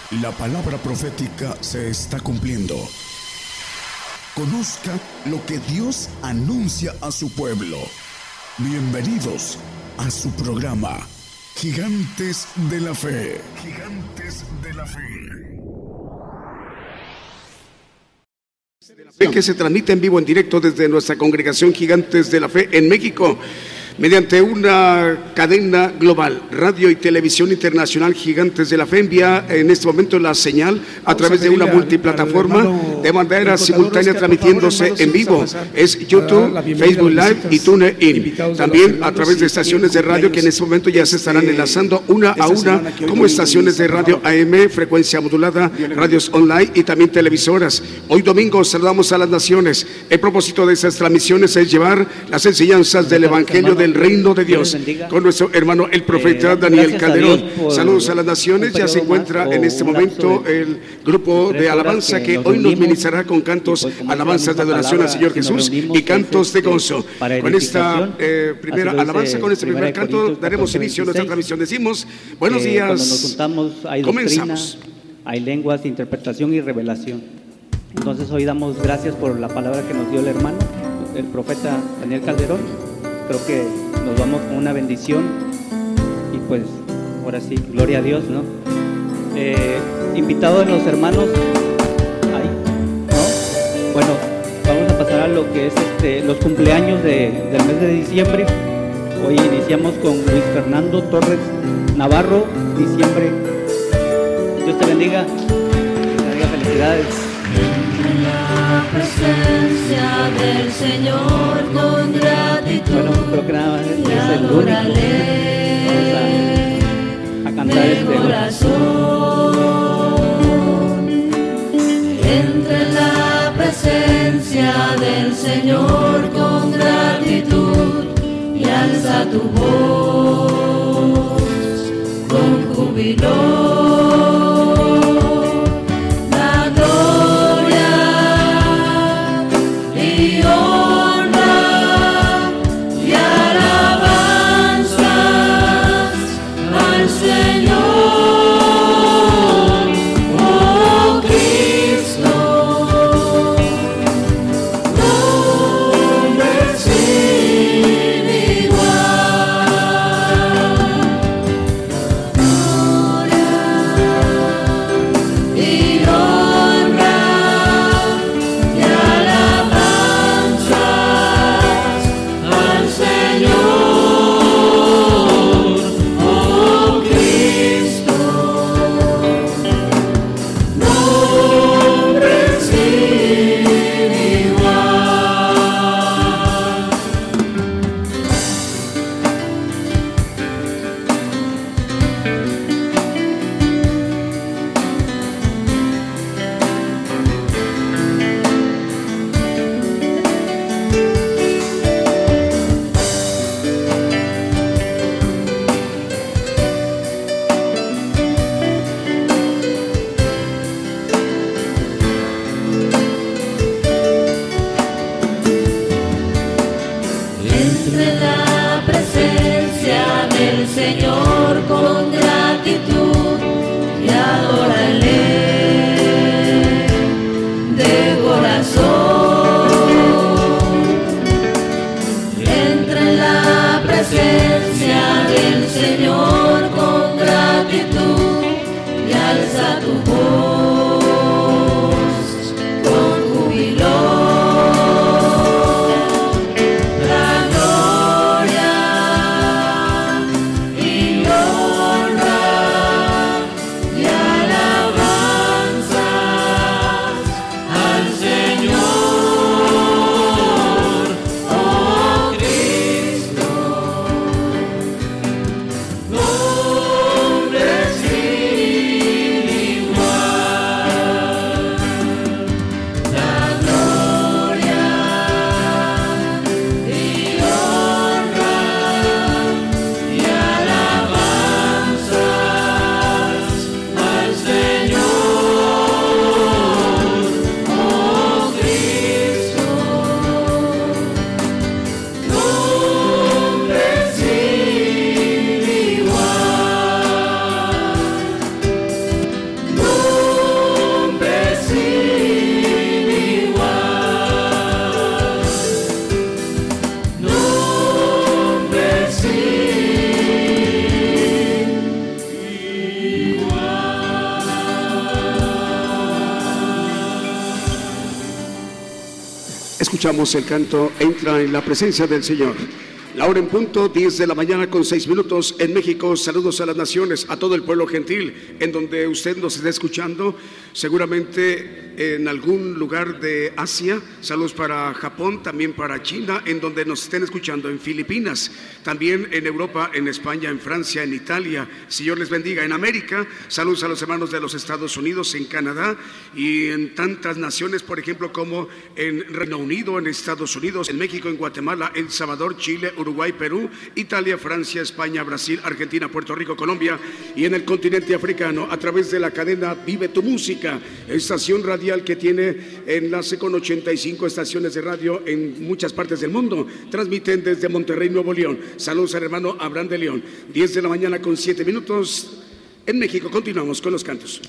La palabra profética se está cumpliendo. Conozca lo que Dios anuncia a su pueblo. Bienvenidos a su programa, Gigantes de la Fe. Gigantes de la Fe. Que se transmite en vivo, en directo desde nuestra congregación Gigantes de la Fe en México, mediante una cadena global, radio y televisión internacional. Gigantes de la Fe envía en este momento la señal a través de una multiplataforma de manera simultánea, transmitiéndose en vivo. Es YouTube, Facebook Live y TuneIn. También a través de estaciones de radio que en este momento ya se estarán enlazando una a una, como estaciones de radio AM, frecuencia modulada, radios online y también televisoras. Hoy domingo saludamos a las naciones. El propósito de estas transmisiones es llevar las enseñanzas del Evangelio del Reino de Dios con nuestro hermano el profeta Daniel Calderón. Saludos a las naciones. Ya se encuentra en este momento el grupo de alabanza que hoy nos ministrará con cantos, alabanzas de adoración al Señor Jesús y cantos de gozo. Con esta primera alabanza, con este primer canto, daremos inicio a nuestra transmisión. Decimos buenos días. Cuando nos juntamos hay doctrina, comenzamos. Hay lenguas, interpretación y revelación. Entonces hoy damos gracias por la palabra que nos dio el hermano, el profeta Daniel Calderón. Creo que nos vamos con una bendición y pues ahora sí, gloria a Dios, ¿no? Invitados los hermanos, ahí, ¿no? Bueno, vamos a pasar a lo que es los cumpleaños del mes de diciembre. Hoy iniciamos con Luis Fernando Torres Navarro, diciembre. Dios te bendiga, felicidades. En la presencia del Señor con gratitud. Bueno, creo que nada más es el único. Vamos a cantar de corazón. Entra en la presencia del Señor con gratitud y alza tu voz con júbilo. escuchamos el canto Entra en la presencia del Señor. La hora en punto, 10 de la mañana con 6 minutos en México. Saludos a las naciones, a todo el pueblo gentil, en donde usted nos está escuchando, seguramente en algún lugar de Asia. Saludos para Japón, también para China, en donde nos estén escuchando, en Filipinas, también en Europa, en España, en Francia, en Italia. Señor les bendiga. En América, saludos a los hermanos de los Estados Unidos, en Canadá y en tantas naciones, por ejemplo, como en Reino Unido, en Estados Unidos, en México, en Guatemala, El Salvador, Chile, Uruguay, Perú, Italia, Francia, España, Brasil, Argentina, Puerto Rico, Colombia y en el continente africano a través de la cadena Vive tu Música, estación radial que tiene enlace con 85 estaciones de radio en muchas partes del mundo. Transmiten desde Monterrey, Nuevo León. Saludos al hermano Abraham de León. 10 de la mañana con 7 minutos en México. Continuamos con los cantos.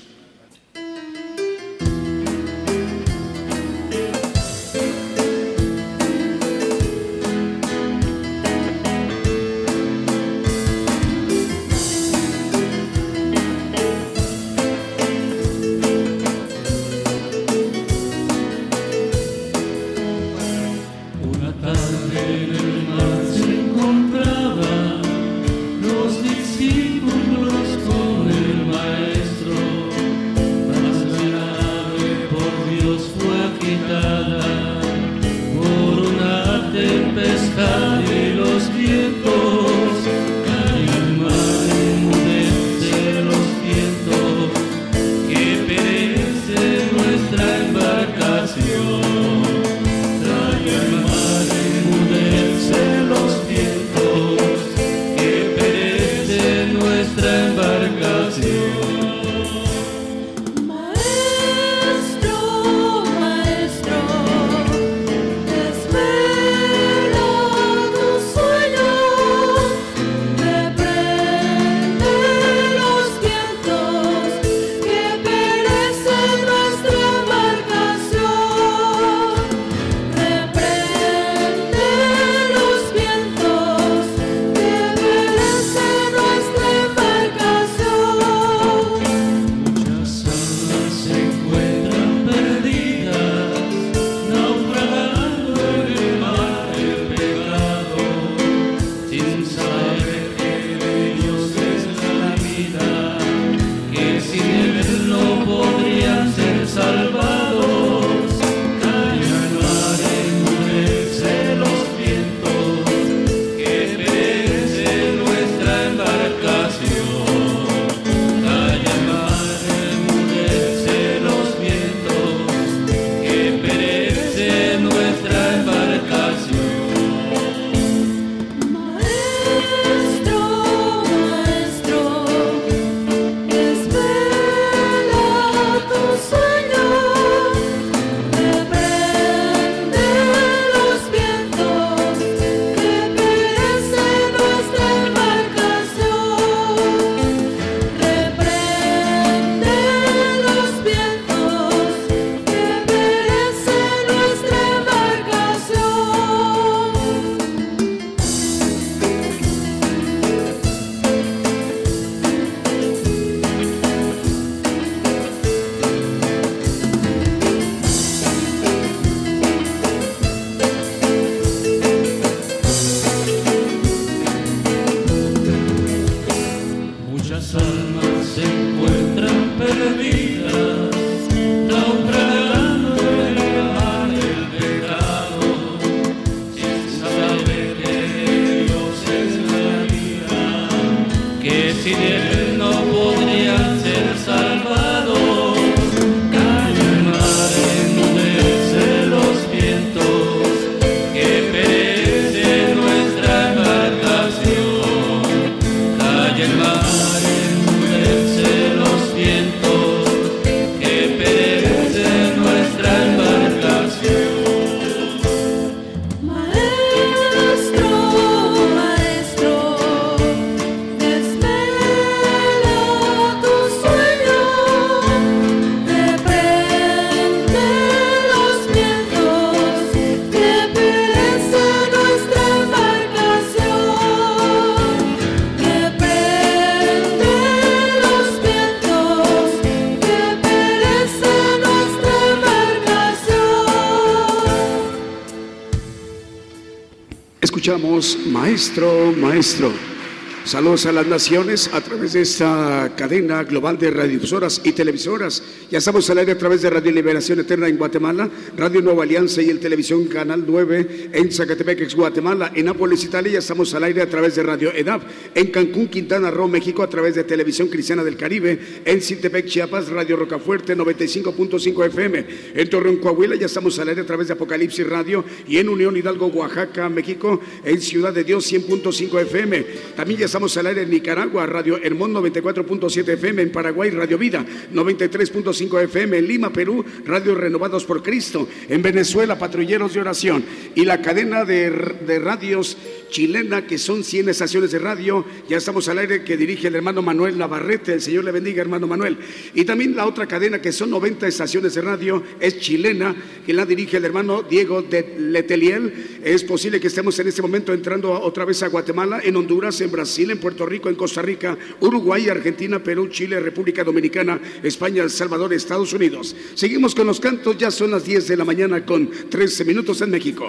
escuchamos Maestro, Maestro. Saludos a las naciones a través de esta cadena global de radiodifusoras y televisoras. Ya estamos al aire a través de Radio Liberación Eterna en Guatemala, Radio Nueva Alianza y el Televisión Canal 9 en Zacatepec, ex Guatemala. En Nápoles, Italia, ya estamos al aire a través de Radio EDAP. En Cancún, Quintana Roo, México, a través de Televisión Cristiana del Caribe. En Cintepec, Chiapas, Radio Rocafuerte 95.5 FM. En Torreón, Coahuila, ya estamos al aire a través de Apocalipsis Radio. Y en Unión Hidalgo, Oaxaca, México, en Ciudad de Dios 100.5 FM. También ya estamos al aire en Nicaragua, Radio Hermón 94.7 FM, en Paraguay, Radio Vida 93.5 FM, en Lima, Perú, Radio Renovados por Cristo, en Venezuela, Patrulleros de Oración, y la cadena de radios chilena, que son 100 estaciones de radio, ya estamos al aire, que dirige el hermano Manuel Navarrete. El Señor le bendiga, hermano Manuel. Y también la otra cadena, que son 90 estaciones de radio, es chilena, que la dirige el hermano Diego de Leteliel. Es posible que estemos en este momento entrando otra vez a Guatemala, en Honduras, en Brasil, en Puerto Rico, en Costa Rica, Uruguay, Argentina, Perú, Chile, República Dominicana, España, El Salvador, Estados Unidos. Seguimos con los cantos, ya son las 10 de la mañana con 13 minutos en México.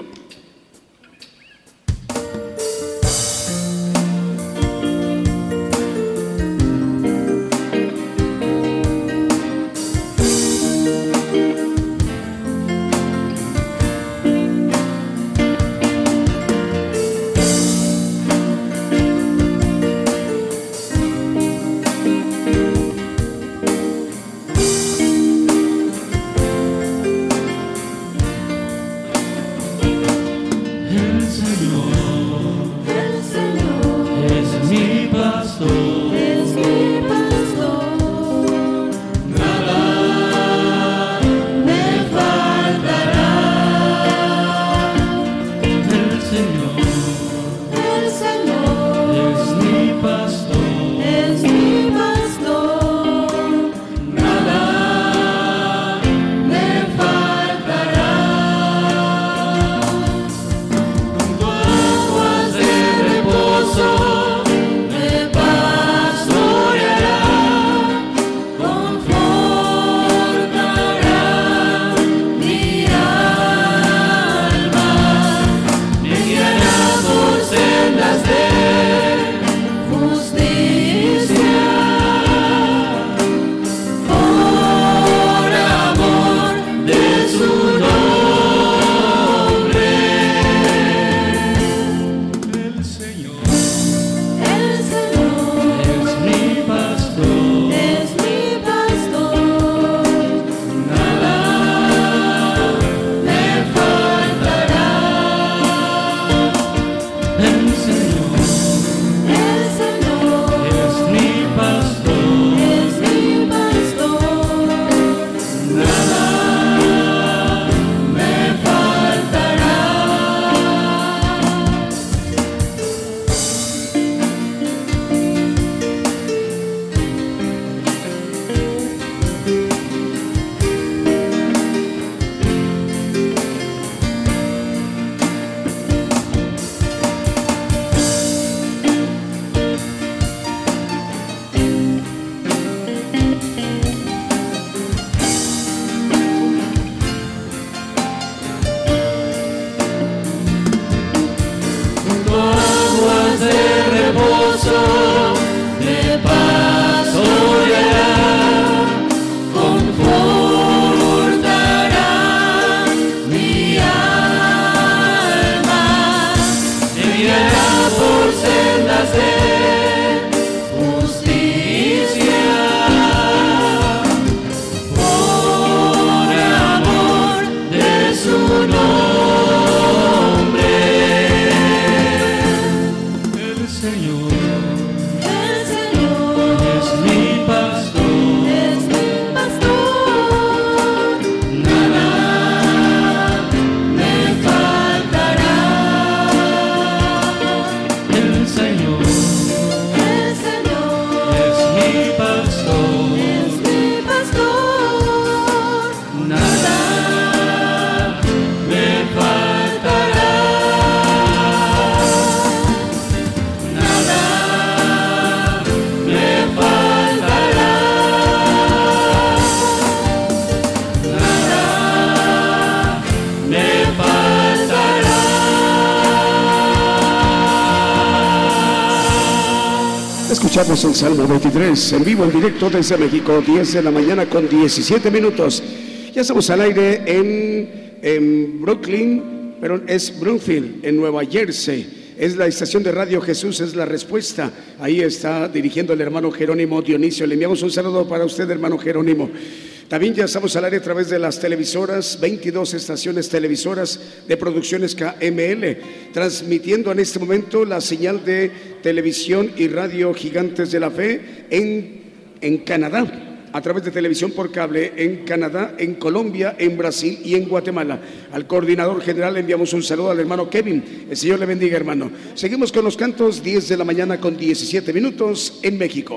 Escuchamos el Salmo 23 en vivo, en directo desde México, 10 de la mañana con 17 minutos. Ya estamos al aire en Brooklyn, pero es Broomfield, en Nueva Jersey. Es la estación de Radio Jesús es la respuesta. Ahí está dirigiendo el hermano Jerónimo Dionisio. Le enviamos un saludo para usted, hermano Jerónimo. También ya estamos al aire a través de las televisoras, 22 estaciones televisoras de Producciones KML, transmitiendo en este momento la señal de televisión y radio Gigantes de la Fe en Canadá, a través de televisión por cable en Canadá, en Colombia, en Brasil y en Guatemala. Al coordinador general le enviamos un saludo al hermano Kevin. El Señor le bendiga, hermano. Seguimos con los cantos, 10 de la mañana con 17 minutos en México.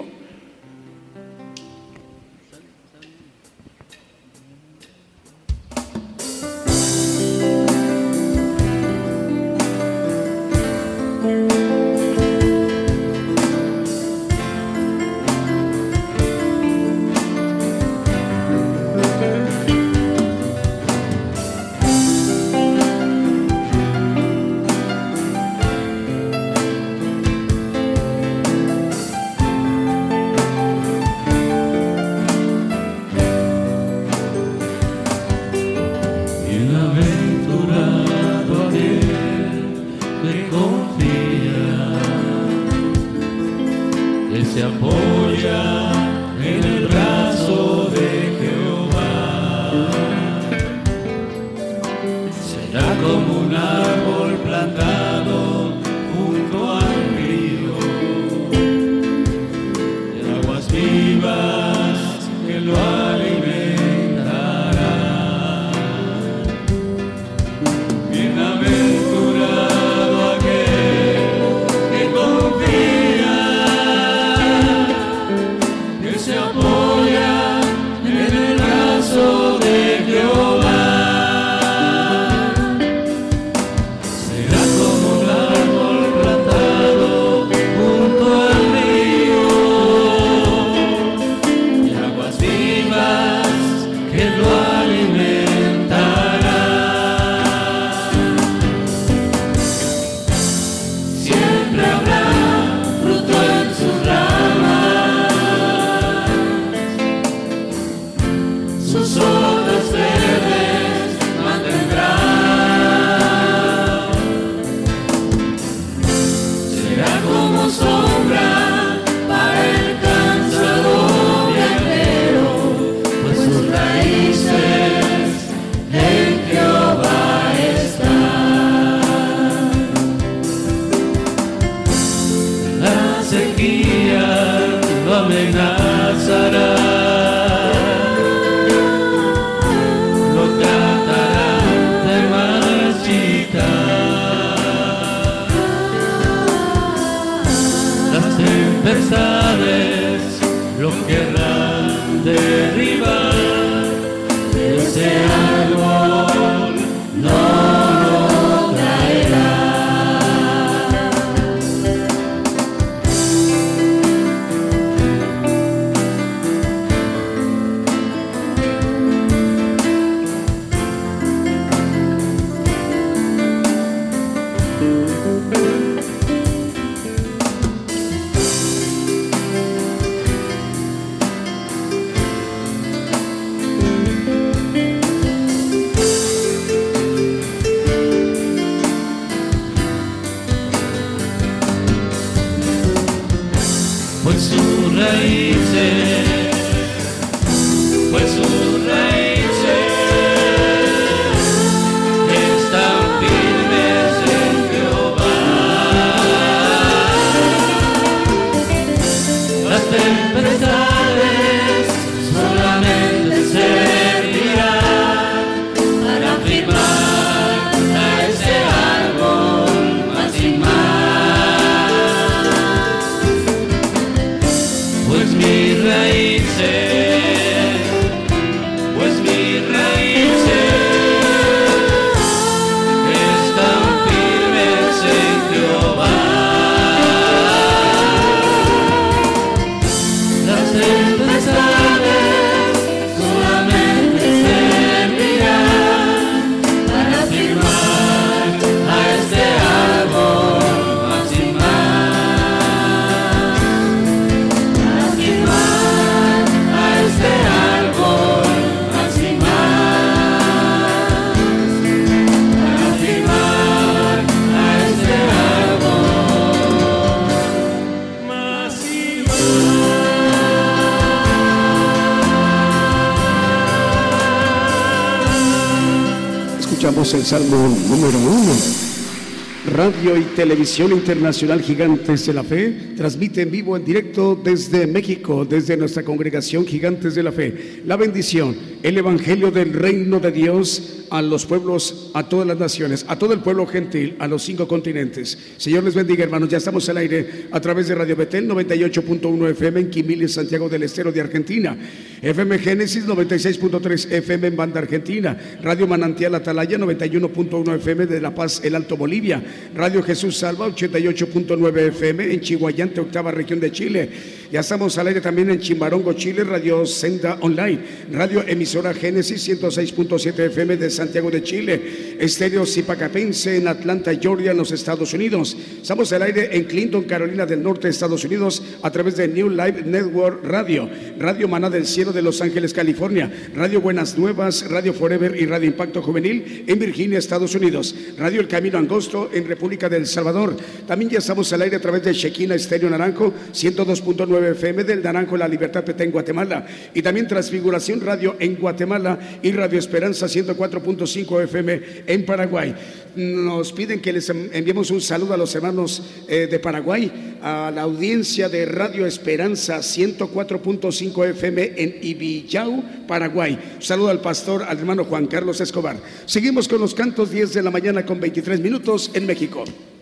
escuchamos el Salmo número 1. Radio y Televisión Internacional Gigantes de la Fe transmite en vivo, en directo desde México, desde nuestra congregación Gigantes de la Fe. La bendición, el Evangelio del Reino de Dios a los pueblos, a todas las naciones, a todo el pueblo gentil, a los 5 continentes. Señor les bendiga, hermanos. Ya estamos al aire a través de Radio Betel 98.1 FM en Quimili, Santiago del Estero de Argentina. FM Génesis 96.3 FM en Banda Argentina. Radio Manantial Atalaya 91.1 FM de La Paz, el Alto Bolivia. Radio Jesús Salva 88.9 FM en Chihuayante, octava región de Chile. Ya estamos al aire también en Chimbarongo, Chile. Radio Senda Online. Radio Emisora Génesis 106.7 FM de Santiago de Chile. Estéreo Zipacapense en Atlanta, Georgia, en los Estados Unidos. Estamos al aire en Clinton, Carolina del Norte, Estados Unidos, a través de New Life Network Radio. Radio Maná del Cielo de Los Ángeles, California. Radio Buenas Nuevas, Radio Forever y Radio Impacto Juvenil en Virginia, Estados Unidos. Radio El Camino Angosto en República del Salvador. También ya estamos al aire a través de Shekinah Estéreo Naranjo 102.9 FM del Naranjo, La Libertad Petén en Guatemala. Y también Transfiguración Radio en Guatemala y Radio Esperanza 104.5 FM en Paraguay. Nos piden que les enviemos un saludo a los hermanos de Paraguay, a la audiencia de Radio Esperanza 104.5 FM en Ibillau, Paraguay. Un saludo al pastor, al hermano Juan Carlos Escobar. Seguimos con los cantos, 10 de la mañana con 23 minutos en México.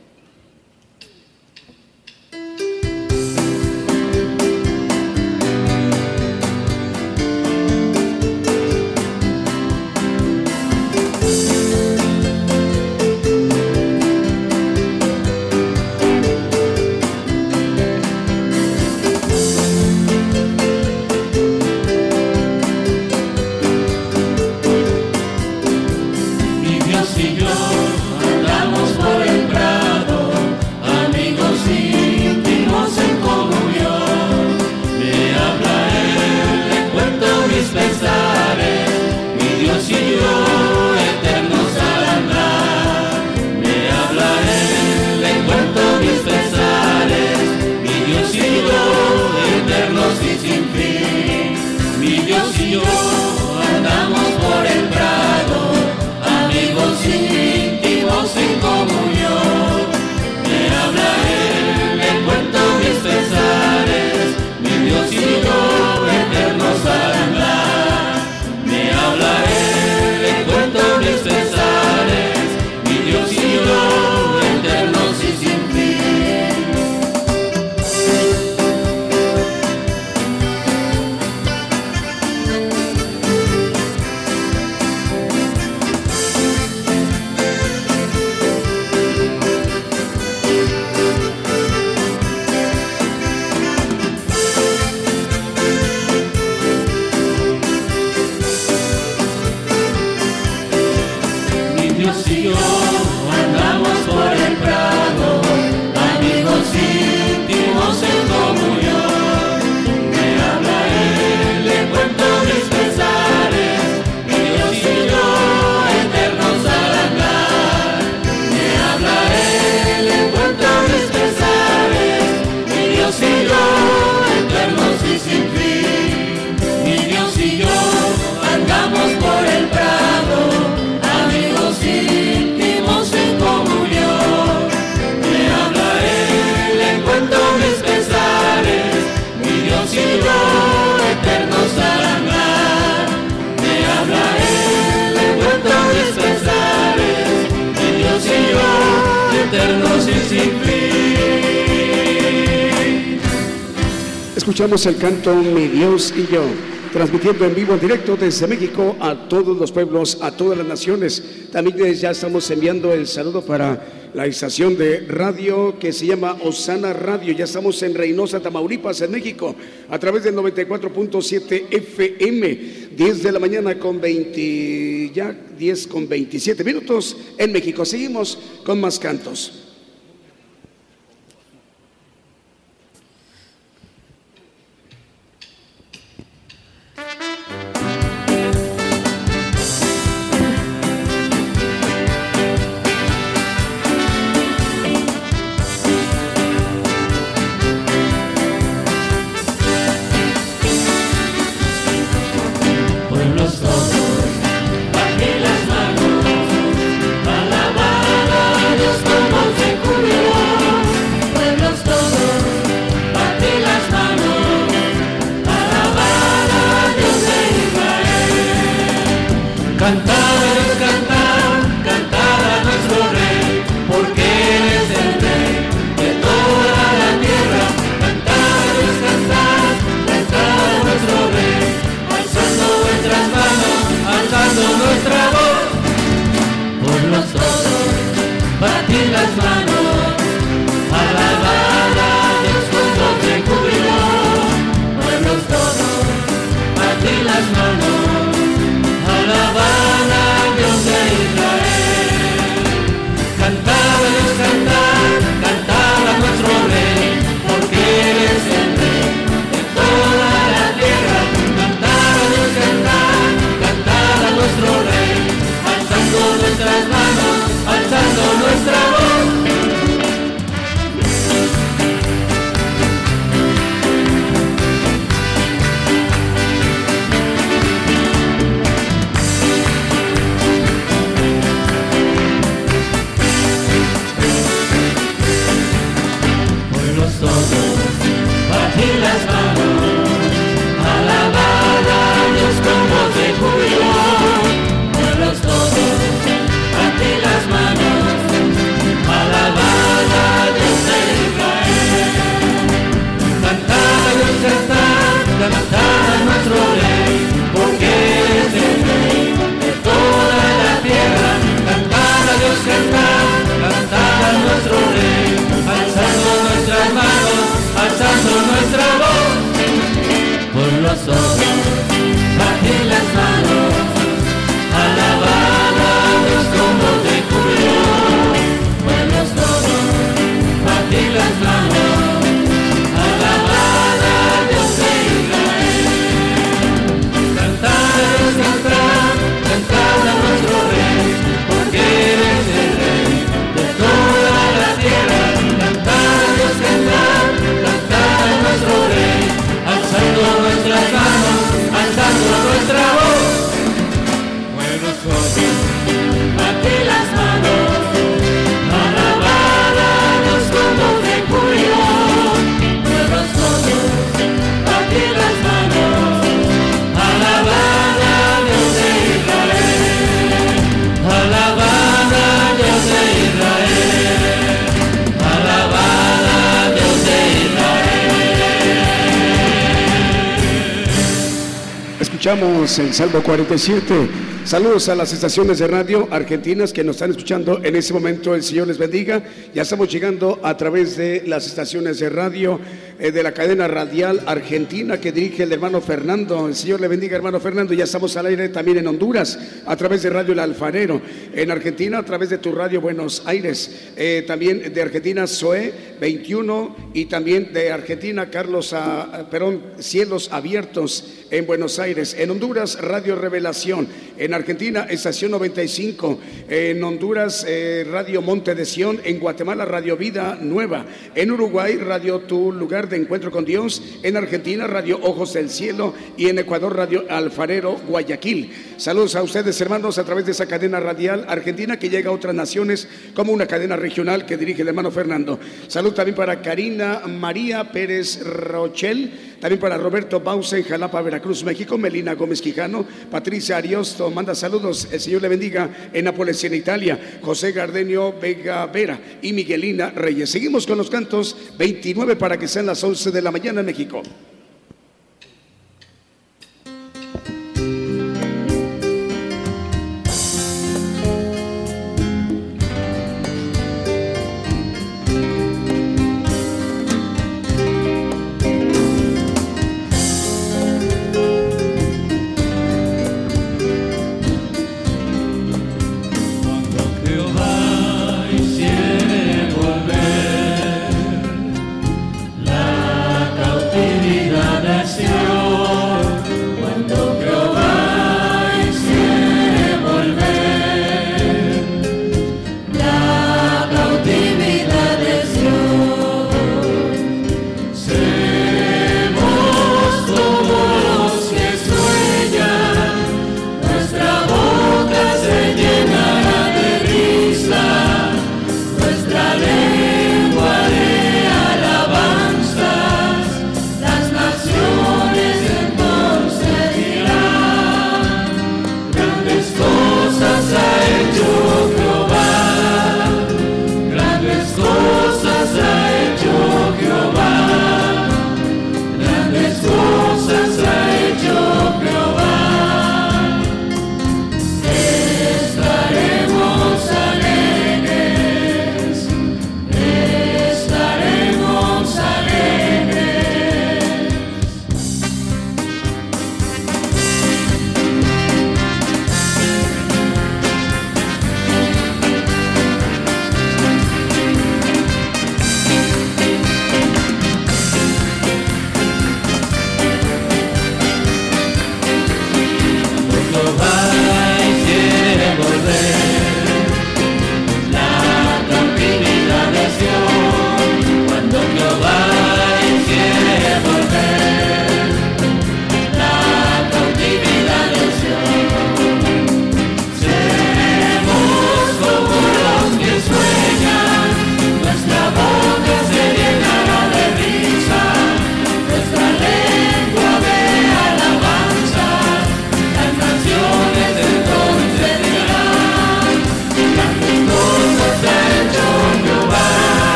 Escuchamos el canto Mi Dios y yo, transmitiendo en vivo, en directo desde México a todos los pueblos, a todas las naciones. También ya estamos enviando el saludo para la estación de radio que se llama Osana Radio. Ya estamos en Reynosa, Tamaulipas, en México, a través del 94.7 FM, 10 de la mañana con 10 con 27 minutos en México. Seguimos con más cantos. Pueblos todos, bajé las manos. Cantad a Dios, cantad, cantad a nuestro Rey, porque Él es el Rey de toda la tierra. Cantad a Dios, cantad, cantad a nuestro Rey, alzando vuestras manos, alzando nuestra voz. Por los todos, batid las manos, alabad a Dios con voz de júbilo. Por los todos, batid las manos, alabad a Dios de Israel. Cantad a Dios, cantad, cantad a nuestro Rey, porque Él es el Rey de toda la tierra. Cantad a Dios, cantad, cantad a nuestro Rey, alzando nuestras manos, alzando nuestra voz. Batid las manos, alabad a Dios con voz de júbilo. Pueblos todos, batid las manos, alabad a Dios de Israel. Cantad a Dios, cantad, cantad a nuestro Rey, porque Él es el Rey de toda la tierra. Cantad a Dios, cantad, cantad a nuestro Rey, alzando nuestras manos, alzando nuestra voz. Por los ojos, batid las manos, alabad a Dios con voz de júbilo. Pueblos todos, batid las manos, alabad a Dios de Israel. Cantad a Dios, cantad, cantad a nuestro Rey, porque Él es el Rey de toda la tierra. Cantad a Dios, cantad, cantad a nuestro Rey, alzando nuestras manos, alzando nuestra voz. Buenos ojos, batid las manos, alabad a Dios con voz de júbilo. Buenos ojos, batid las manos, alabad a Dios de Israel. Alabad a Dios de Israel. Alabad a Dios de Israel. Escuchamos el Salmo 47. Saludos a las estaciones de radio argentinas que nos están escuchando en este momento. El Señor les bendiga. Ya estamos llegando a través de las estaciones de radio de la cadena radial argentina que dirige el hermano Fernando. El Señor le bendiga, hermano Fernando. Ya estamos al aire también en Honduras a través de Radio El Alfarero. En Argentina a través de tu radio Buenos Aires. También de Argentina Zoe 21 y también de Argentina Cielos Abiertos en Buenos Aires. En Honduras Radio Revelación. En Argentina, estación 95, en Honduras, Radio Monte de Sión, en Guatemala, Radio Vida Nueva, en Uruguay, Radio Tu Lugar de Encuentro con Dios, en Argentina, Radio Ojos del Cielo y en Ecuador, Radio Alfarero, Guayaquil. Saludos a ustedes, hermanos, a través de esa cadena radial argentina que llega a otras naciones como una cadena regional que dirige el hermano Fernando. Salud también para Karina María Pérez Rochel, también para Roberto Bausa en Jalapa, Veracruz, México, Melina Gómez Quijano, Patricia Ariosto manda saludos, el Señor le bendiga en Nápoles, en Italia, José Gardenio Vega Vera y Miguelina Reyes. Seguimos con los cantos 29 para que sean las 11 de la mañana en México. Baby.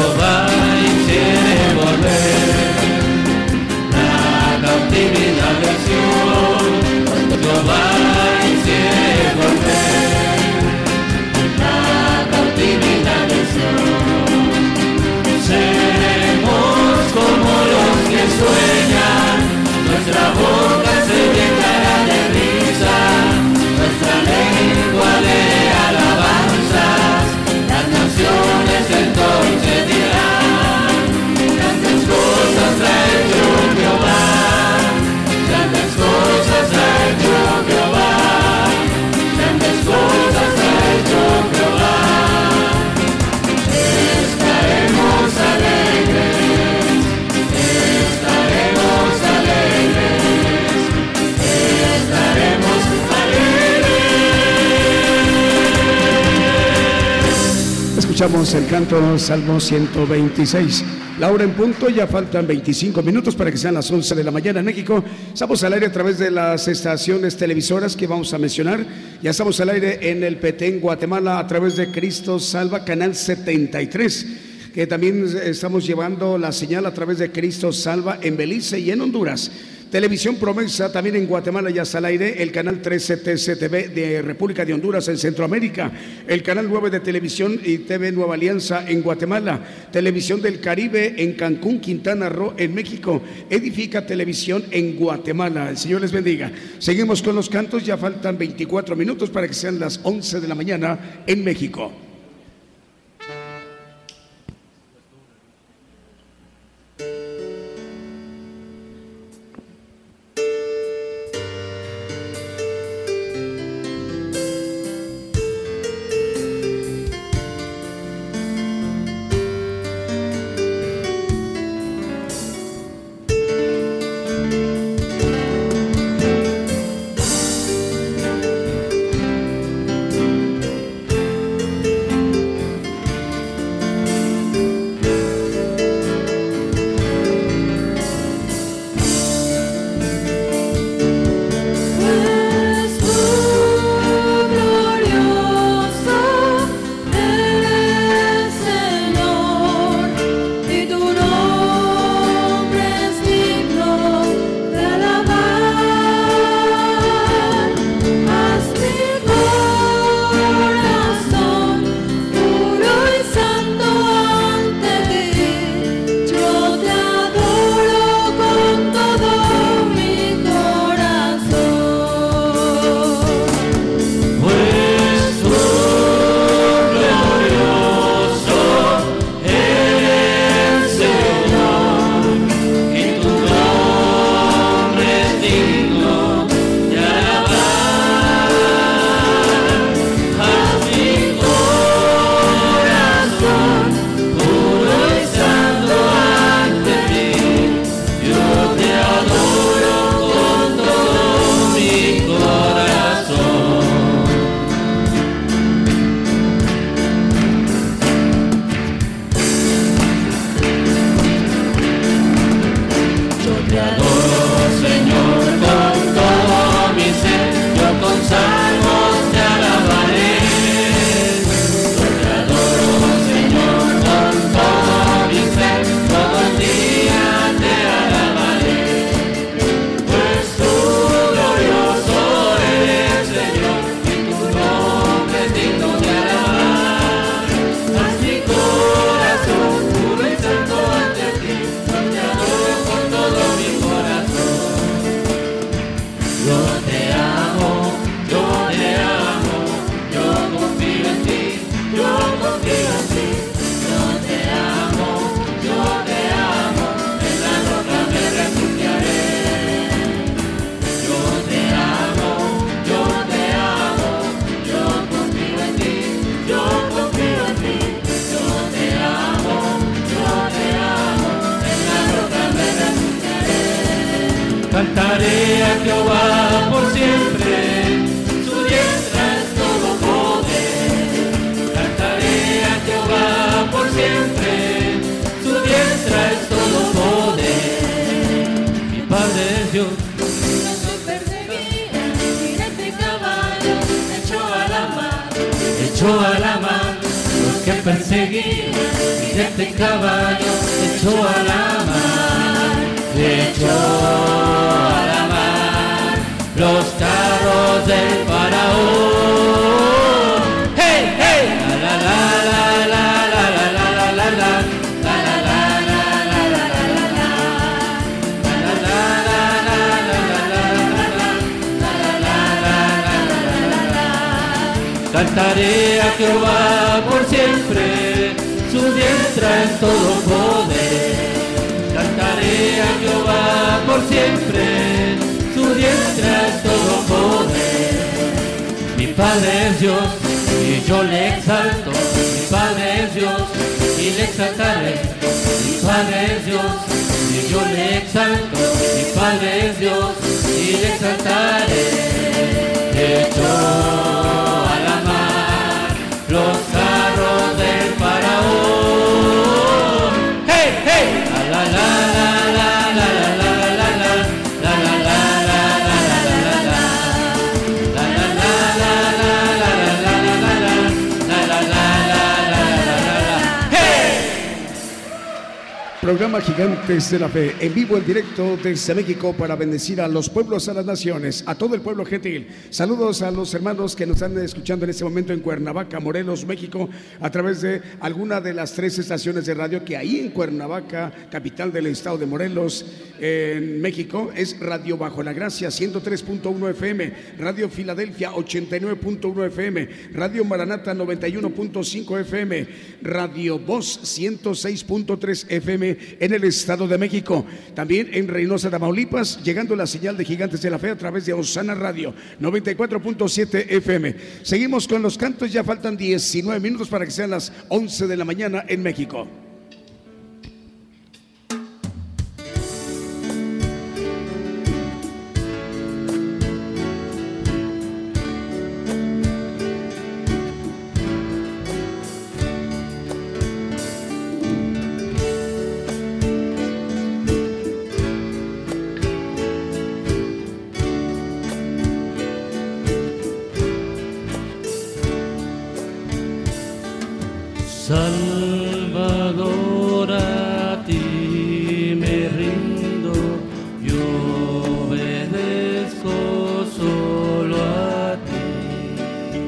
Jehová hiciere volver la cautividad de Sion, Jehová hiciere volver la cautividad de Sion. Seremos como los que sueñan, nuestra boca se llenará de risa, nuestra lengua de alabanzas, las naciones entonces dirán, grandes cosas ha hecho Jehová, grandes cosas ha hecho Jehová, grandes cosas ha hecho Jehová. Estaremos alegres, estaremos alegres, estaremos alegres. Escuchamos el canto Salmo 126. La hora en punto, ya faltan 25 minutos para que sean las 11 de la mañana en México. Estamos al aire a través de las estaciones televisoras que vamos a mencionar. Ya estamos al aire en el Petén, Guatemala, a través de Cristo Salva, canal 73. Que también estamos llevando la señal a través de Cristo Salva en Belice y en Honduras. Televisión Promesa también en Guatemala ya está al aire, el canal 13 TCTV de República de Honduras en Centroamérica, el canal 9 de Televisión y TV Nueva Alianza en Guatemala, Televisión del Caribe en Cancún, Quintana Roo en México, Edifica Televisión en Guatemala. El Señor les bendiga. Seguimos con los cantos, ya faltan 24 minutos para que sean las 11 de la mañana en México. Cantaré a Jehová por siempre, su diestra es todo poder. Cantaré a Jehová por siempre, su diestra es todo poder. Mi Padre es Dios. Nos perseguía, jinete caballo, echó a la mar Echó a la mar los que perseguían. 7 caballos echó a la mar, echó a la mar los carros del faraón. ¡Hey, hey! La la la la la la la la la la. Cantaré a Jehová por siempre, su diestra en todo poder. Cantaré a Jehová por siempre, su diestra en todo poder. Mi Padre es Dios y yo le exalto. Mi Padre es Dios y le exaltaré. Mi Padre es Dios y yo le exalto. Mi Padre es Dios y le exaltaré. Hecho los carros del faraón. Hey, hey, la la la la la la la la la la la Programa Gigantes de la Fe, en vivo, en directo desde México para bendecir a los pueblos, a las naciones, a todo el pueblo gentil. Saludos a los hermanos que nos están escuchando en este momento en Cuernavaca, Morelos, México, a través de alguna de las 3 estaciones de radio que hay en Cuernavaca, capital del estado de Morelos, en México. Es Radio Bajo la Gracia, 103.1 FM, Radio Filadelfia, 89.1 FM, Radio Maranata, 91.5 FM, Radio Voz, 106.3 FM en el estado de México. También en Reynosa, Tamaulipas, llegando la señal de Gigantes de la Fe a través de Osana Radio, 94.7 FM. Seguimos con los cantos, ya faltan 19 minutos para que sean las 11 de la mañana en México. Salvador, a ti me rindo, yo obedezco solo a ti.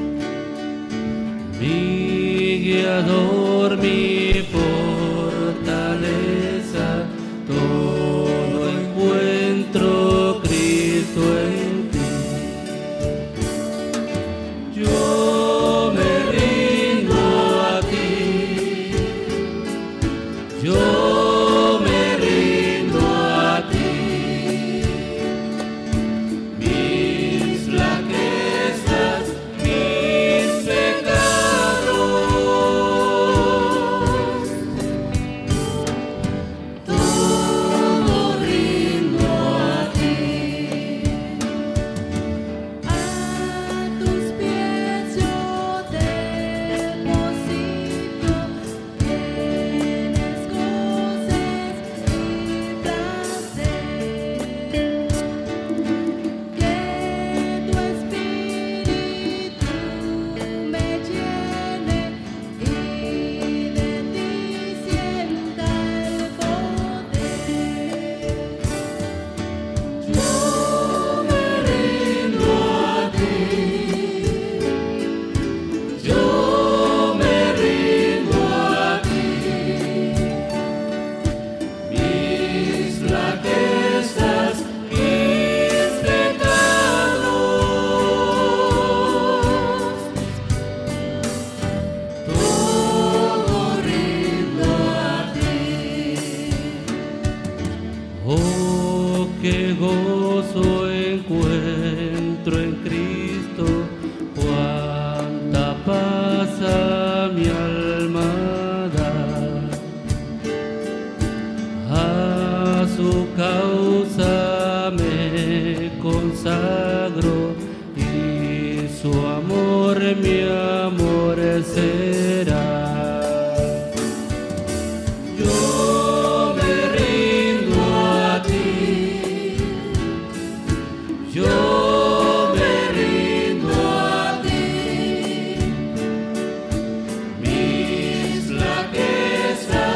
Mi guiador, mi fortaleza, todo encuentro Cristo en ti. Yo me rindo a ti. Yo me rindo a ti, mis flaquezas, mis pecados, todo rindo a ti. A tus pies yo deposito. Tienes goces y placer, que tu espíritu me llene y de ti sienta el poder. Yo me rindo a ti, yo me rindo a ti, mis flaquezas, mis pecados, todo rindo a ti. Oh, qué gozo encuentro en Cristo, cuánta paz a mi alma da. A su causa me consagro y su amor mi amor será. Yo me rindo a ti, yo me rindo a ti, mis flaquezas,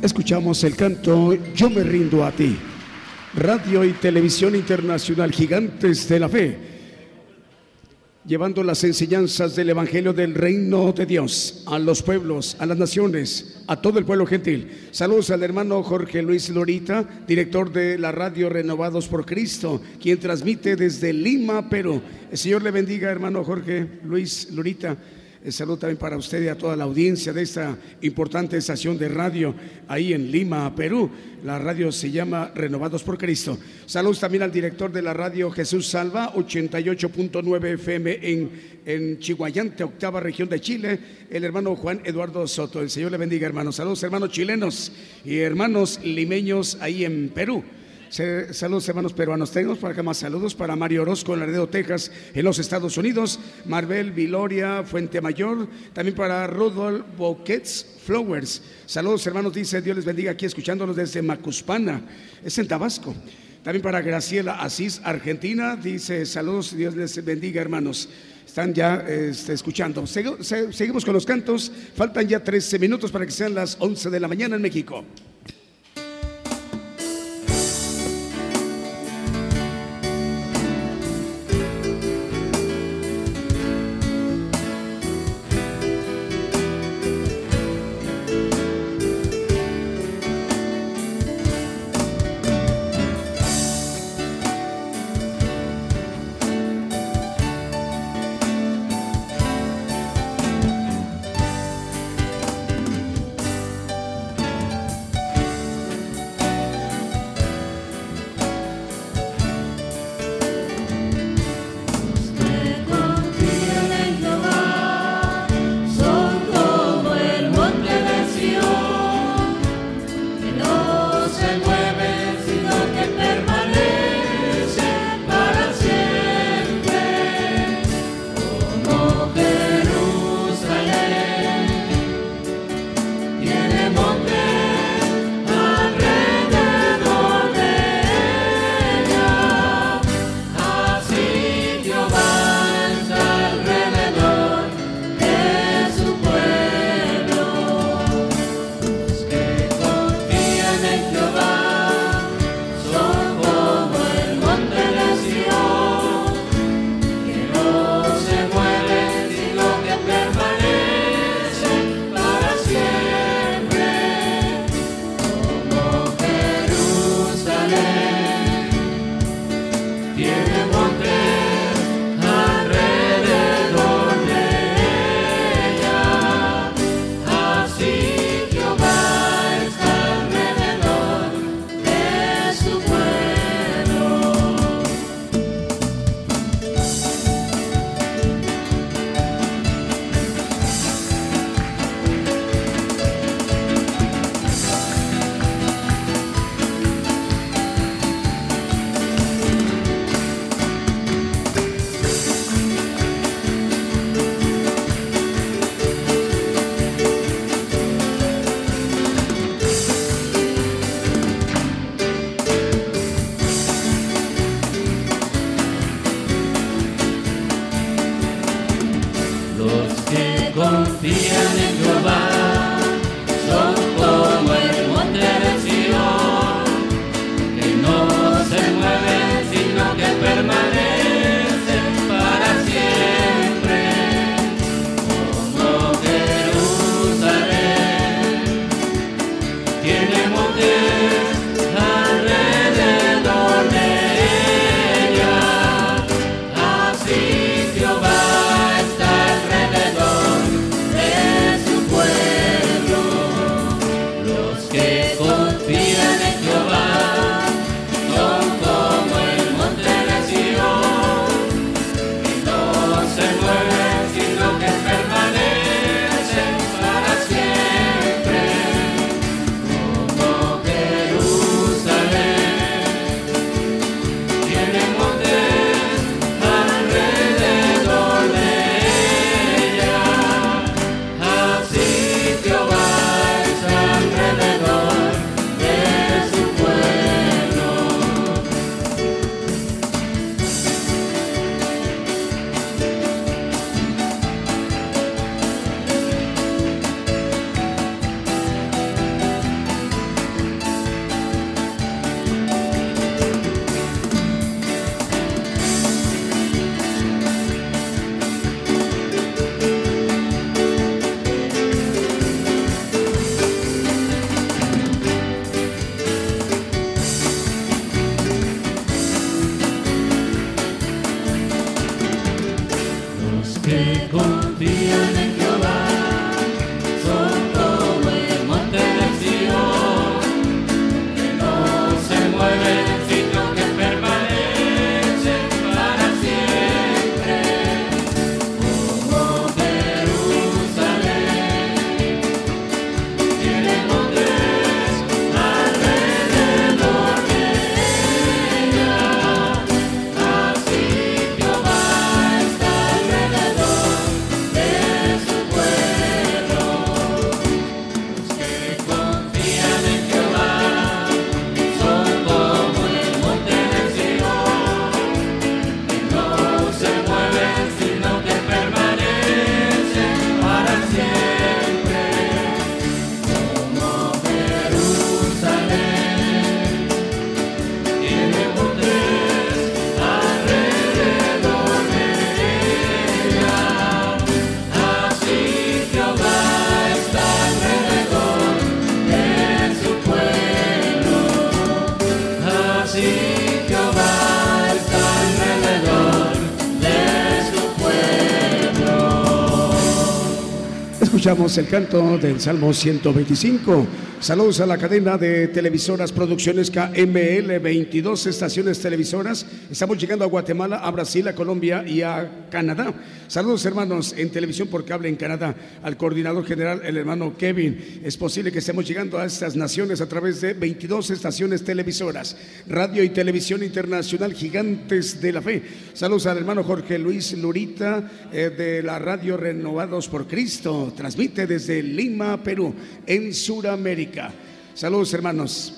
escuchamos el canto Yo me rindo a ti. Radio y Televisión Internacional, Gigantes de la Fe, llevando las enseñanzas del Evangelio del Reino de Dios a los pueblos, a las naciones, a todo el pueblo gentil. Saludos al hermano Jorge Luis Lorita, director de la radio Renovados por Cristo, quien transmite desde Lima, Perú. El Señor le bendiga, hermano Jorge Luis Lorita. El saludo también para usted y a toda la audiencia de esta importante estación de radio ahí en Lima, Perú. La radio se llama Renovados por Cristo. Saludos también al director de la radio Jesús Salva, 88.9 FM en Chihuayante, octava región de Chile, el hermano Juan Eduardo Soto. El Señor le bendiga, hermanos. Saludos, hermanos chilenos y hermanos limeños ahí en Perú. Saludos, hermanos peruanos. Tenemos por acá más saludos para Mario Orozco en Laredo, Texas, en los Estados Unidos. Marvel Viloria, Fuente Mayor. También para Rudolf Bouquets Flowers. Saludos, hermanos, dice Dios les bendiga, aquí escuchándonos desde Macuspana, es en Tabasco. También para Graciela Asís, Argentina, dice saludos, Dios les bendiga, hermanos. Están ya escuchando. Seguimos con los cantos. Faltan ya 13 minutos para que sean las 11 de la mañana en México. que confían en Jehová son como el monte de Sion, que no se mueven, sino que permanecen para siempre, como Jerusalén. Tiene montes alrededor de ella, así Jehová está alrededor de su pueblo. Los que confían en Jehová son como el monte de Sion, que no se mueven, sino que permanecen para siempre, como Jerusalén. Tiene montes alrededor de ella, así Jehová está alrededor de su pueblo, así Jehová está alrededor de su pueblo. Escuchamos el canto del Salmo 125. Saludos a la cadena de televisoras Producciones KML, 22 estaciones televisoras. Estamos llegando a Guatemala, a Brasil, a Colombia y a Canadá. Saludos, hermanos, en televisión por cable en Canadá, al coordinador general, el hermano Kevin. Es posible que estemos llegando a estas naciones a través de 22 estaciones televisoras, radio y televisión internacional, Gigantes de la Fe. Saludos al hermano Jorge Luis Lurita de la radio Renovados por Cristo. Transmite desde Lima, Perú, en Sudamérica. Saludos, hermanos.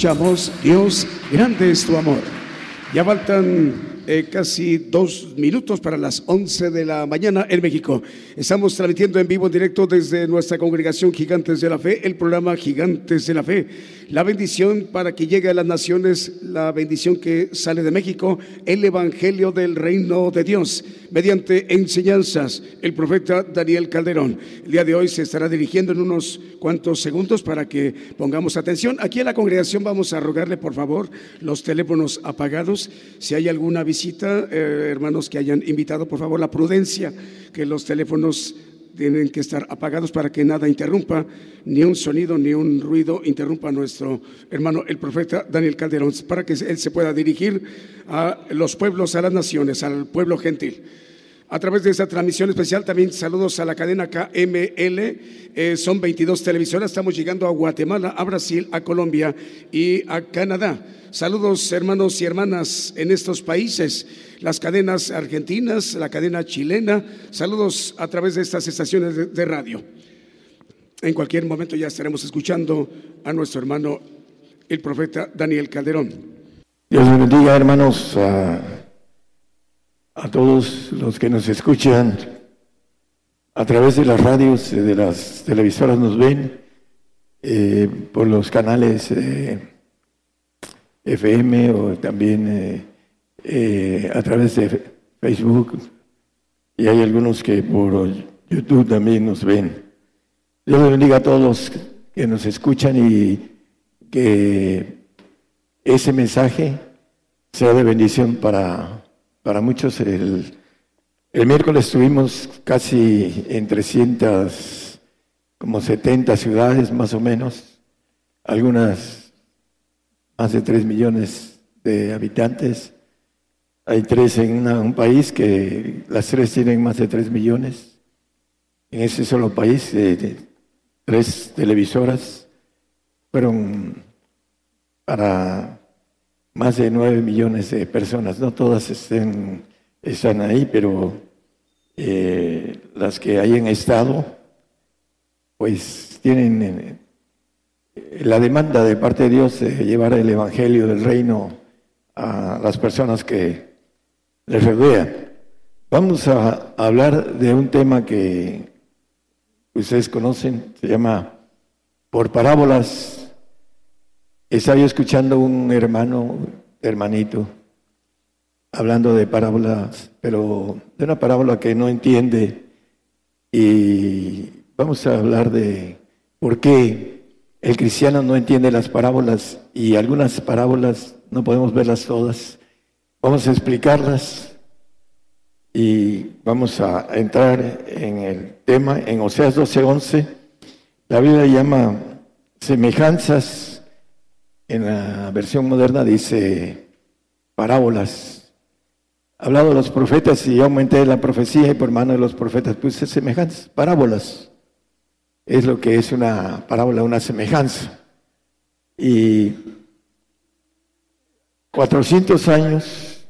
escuchamos Dios, grande es tu amor. Ya faltan casi 2 minutos para las 11 de la mañana en México. Estamos transmitiendo en vivo, en directo desde nuestra congregación Gigantes de la Fe, el programa Gigantes de la Fe. La bendición para que llegue a las naciones, la bendición que sale de México, el evangelio del reino de Dios, mediante enseñanzas, el profeta Daniel Calderón. El día de hoy se estará dirigiendo en unos cuantos segundos para que pongamos atención. Aquí en la congregación vamos a rogarle, por favor, los teléfonos apagados. Si hay alguna visita, hermanos que hayan invitado, por favor, la prudencia, que los teléfonos tienen que estar apagados para que nada interrumpa, ni un sonido ni un ruido interrumpa a nuestro hermano el profeta Daniel Calderón, para que él se pueda dirigir a los pueblos, a las naciones, al pueblo gentil. A través de esta transmisión especial también saludos a la cadena KML, son 22 televisoras, estamos llegando a Guatemala, a Brasil, a Colombia y a Canadá. Saludos hermanos y hermanas en estos países, las cadenas argentinas, la cadena chilena, saludos a través de estas estaciones de radio. En cualquier momento ya estaremos escuchando a nuestro hermano el profeta Daniel Calderón. Dios les bendiga, hermanos, a todos los que nos escuchan a través de las radios, de las televisoras nos ven, por los canales FM o también a través de Facebook, y hay algunos que por YouTube también nos ven. Dios les bendiga a todos los que nos escuchan y que ese mensaje sea de bendición para muchos. El miércoles estuvimos casi en 370 ciudades más o menos, algunas más de 3 millones de habitantes. Hay 3 en un país que las 3 tienen más de 3 millones. En ese solo país, 3 televisoras fueron para más de 9 millones de personas. No todas están ahí, pero las que hayan estado, pues tienen la demanda de parte de Dios de llevar el evangelio del reino a las personas que les rodean. Vamos a hablar de un tema que ustedes conocen, se llama por parábolas. Estaba yo escuchando un hermanito, hablando de parábolas, pero de una parábola que no entiende, y vamos a hablar de por qué el cristiano no entiende las parábolas, y algunas parábolas no podemos verlas todas. Vamos a explicarlas y vamos a entrar en el tema. En Oseas 12:11, la Biblia llama semejanzas, en la versión moderna dice parábolas. Hablado de los profetas, y yo aumenté la profecía, y por mano de los profetas puse semejanzas, parábolas. Es lo que es una parábola, una semejanza. Y 400 años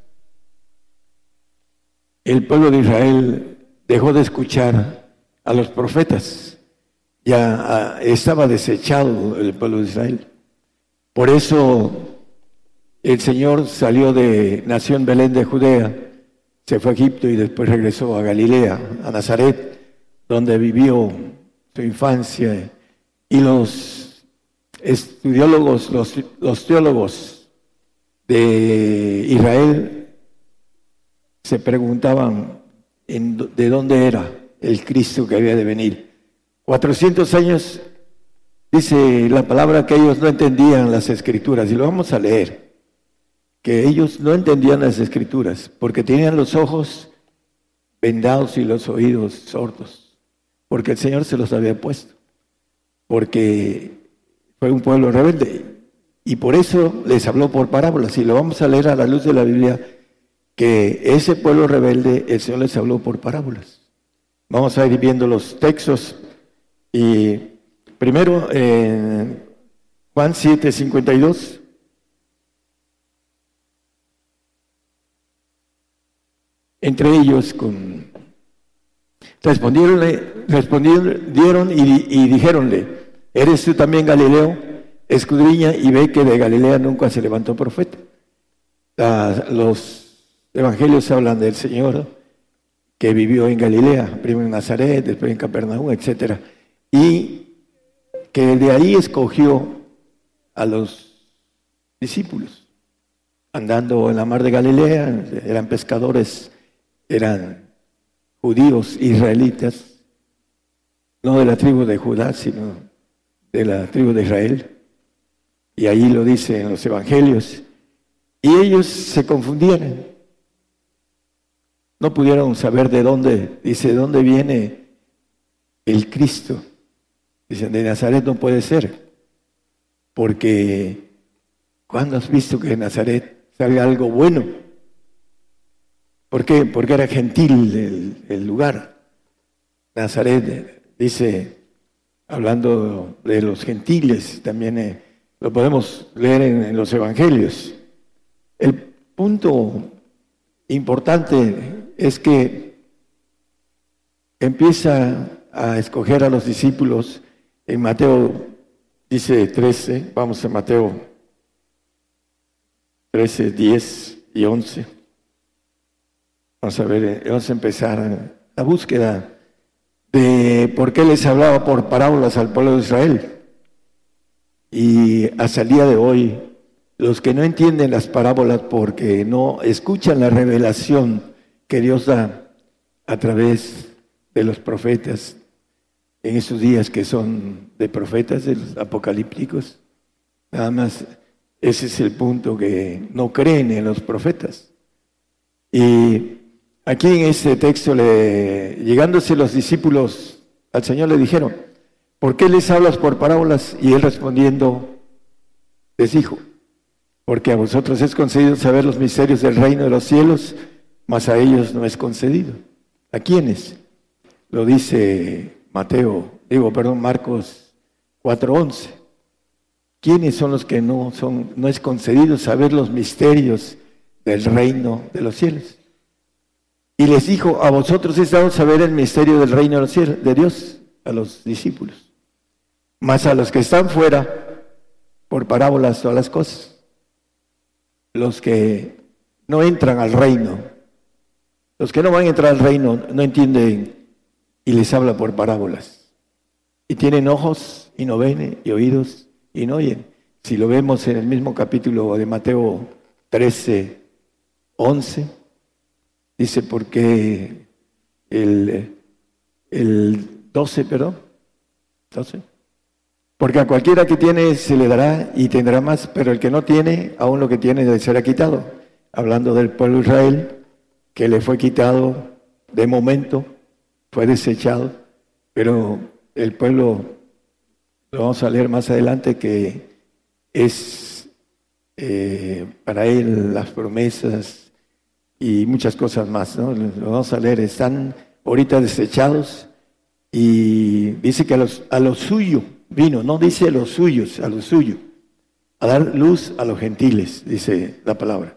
el pueblo de Israel dejó de escuchar a los profetas. Ya estaba desechado el pueblo de Israel. Por eso el Señor nació en Belén de Judea, se fue a Egipto y después regresó a Galilea, a Nazaret, donde vivió su infancia. Y los estudiólogos, los teólogos de Israel se preguntaban de dónde era el Cristo que había de venir. 400 años, dice la palabra, que ellos no entendían las Escrituras, y lo vamos a leer, que ellos no entendían las Escrituras porque tenían los ojos vendados y los oídos sordos, porque el Señor se los había puesto, porque fue un pueblo rebelde, y por eso les habló por parábolas. Y lo vamos a leer a la luz de la Biblia, que ese pueblo rebelde el Señor les habló por parábolas. Vamos a ir viendo los textos, y primero en Juan 7:52. Entre ellos respondieron y dijéronle: ¿eres tú también Galileo? escudriña y ve que de Galilea nunca se levantó profeta. Los evangelios hablan del Señor que vivió en Galilea, primero en Nazaret, después en Capernaum, etc. Y que de ahí escogió a los discípulos, andando en la mar de Galilea, eran pescadores, eran judíos, israelitas, no de la tribu de Judá, sino de la tribu de Israel. Y ahí lo dice en los evangelios. Y ellos se confundían. No pudieron saber de dónde, dice, ¿de dónde viene el Cristo? Dicen, de Nazaret no puede ser. Porque, ¿cuándo has visto que de Nazaret salga algo bueno? ¿Por qué? Porque era gentil el lugar. Nazaret, dice, hablando de los gentiles, también lo podemos leer en los evangelios. El punto importante es que empieza a escoger a los discípulos en Mateo, dice 13, vamos a Mateo 13, 10 y 11. Vamos a ver, vamos a empezar la búsqueda de por qué les hablaba por parábolas al pueblo de Israel. Y hasta el día de hoy, los que no entienden las parábolas porque no escuchan la revelación que Dios da a través de los profetas, en esos días que son de profetas, de los apocalípticos, nada más ese es el punto, que no creen en los profetas. Y aquí en este texto, llegándose los discípulos al Señor, le dijeron, ¿por qué les hablas por parábolas? Y él respondiendo, les dijo, porque a vosotros es concedido saber los misterios del reino de los cielos, mas a ellos no es concedido. ¿A quiénes? Lo dice Marcos 4:11. ¿Quiénes son los que no es concedido saber los misterios del reino de los cielos? Y les dijo, a vosotros es dado saber el misterio del reino de los cielos, de Dios, a los discípulos. Mas a los que están fuera, por parábolas todas las cosas. Los que no entran al reino, los que no van a entrar al reino, no entienden y les habla por parábolas. Y tienen ojos y no ven, y oídos y no oyen. Si lo vemos en el mismo capítulo de Mateo 13:11, dice, porque el 12, perdón, 12. Porque a cualquiera que tiene se le dará y tendrá más, pero el que no tiene, aún lo que tiene le será quitado. Hablando del pueblo de Israel, que le fue quitado de momento, fue desechado, pero el pueblo, lo vamos a leer más adelante, que es para él las promesas y muchas cosas más, ¿no? Lo vamos a leer, están ahorita desechados, y dice que a lo suyo vino, no dice a los suyos, a lo suyo, a dar luz a los gentiles, dice la palabra.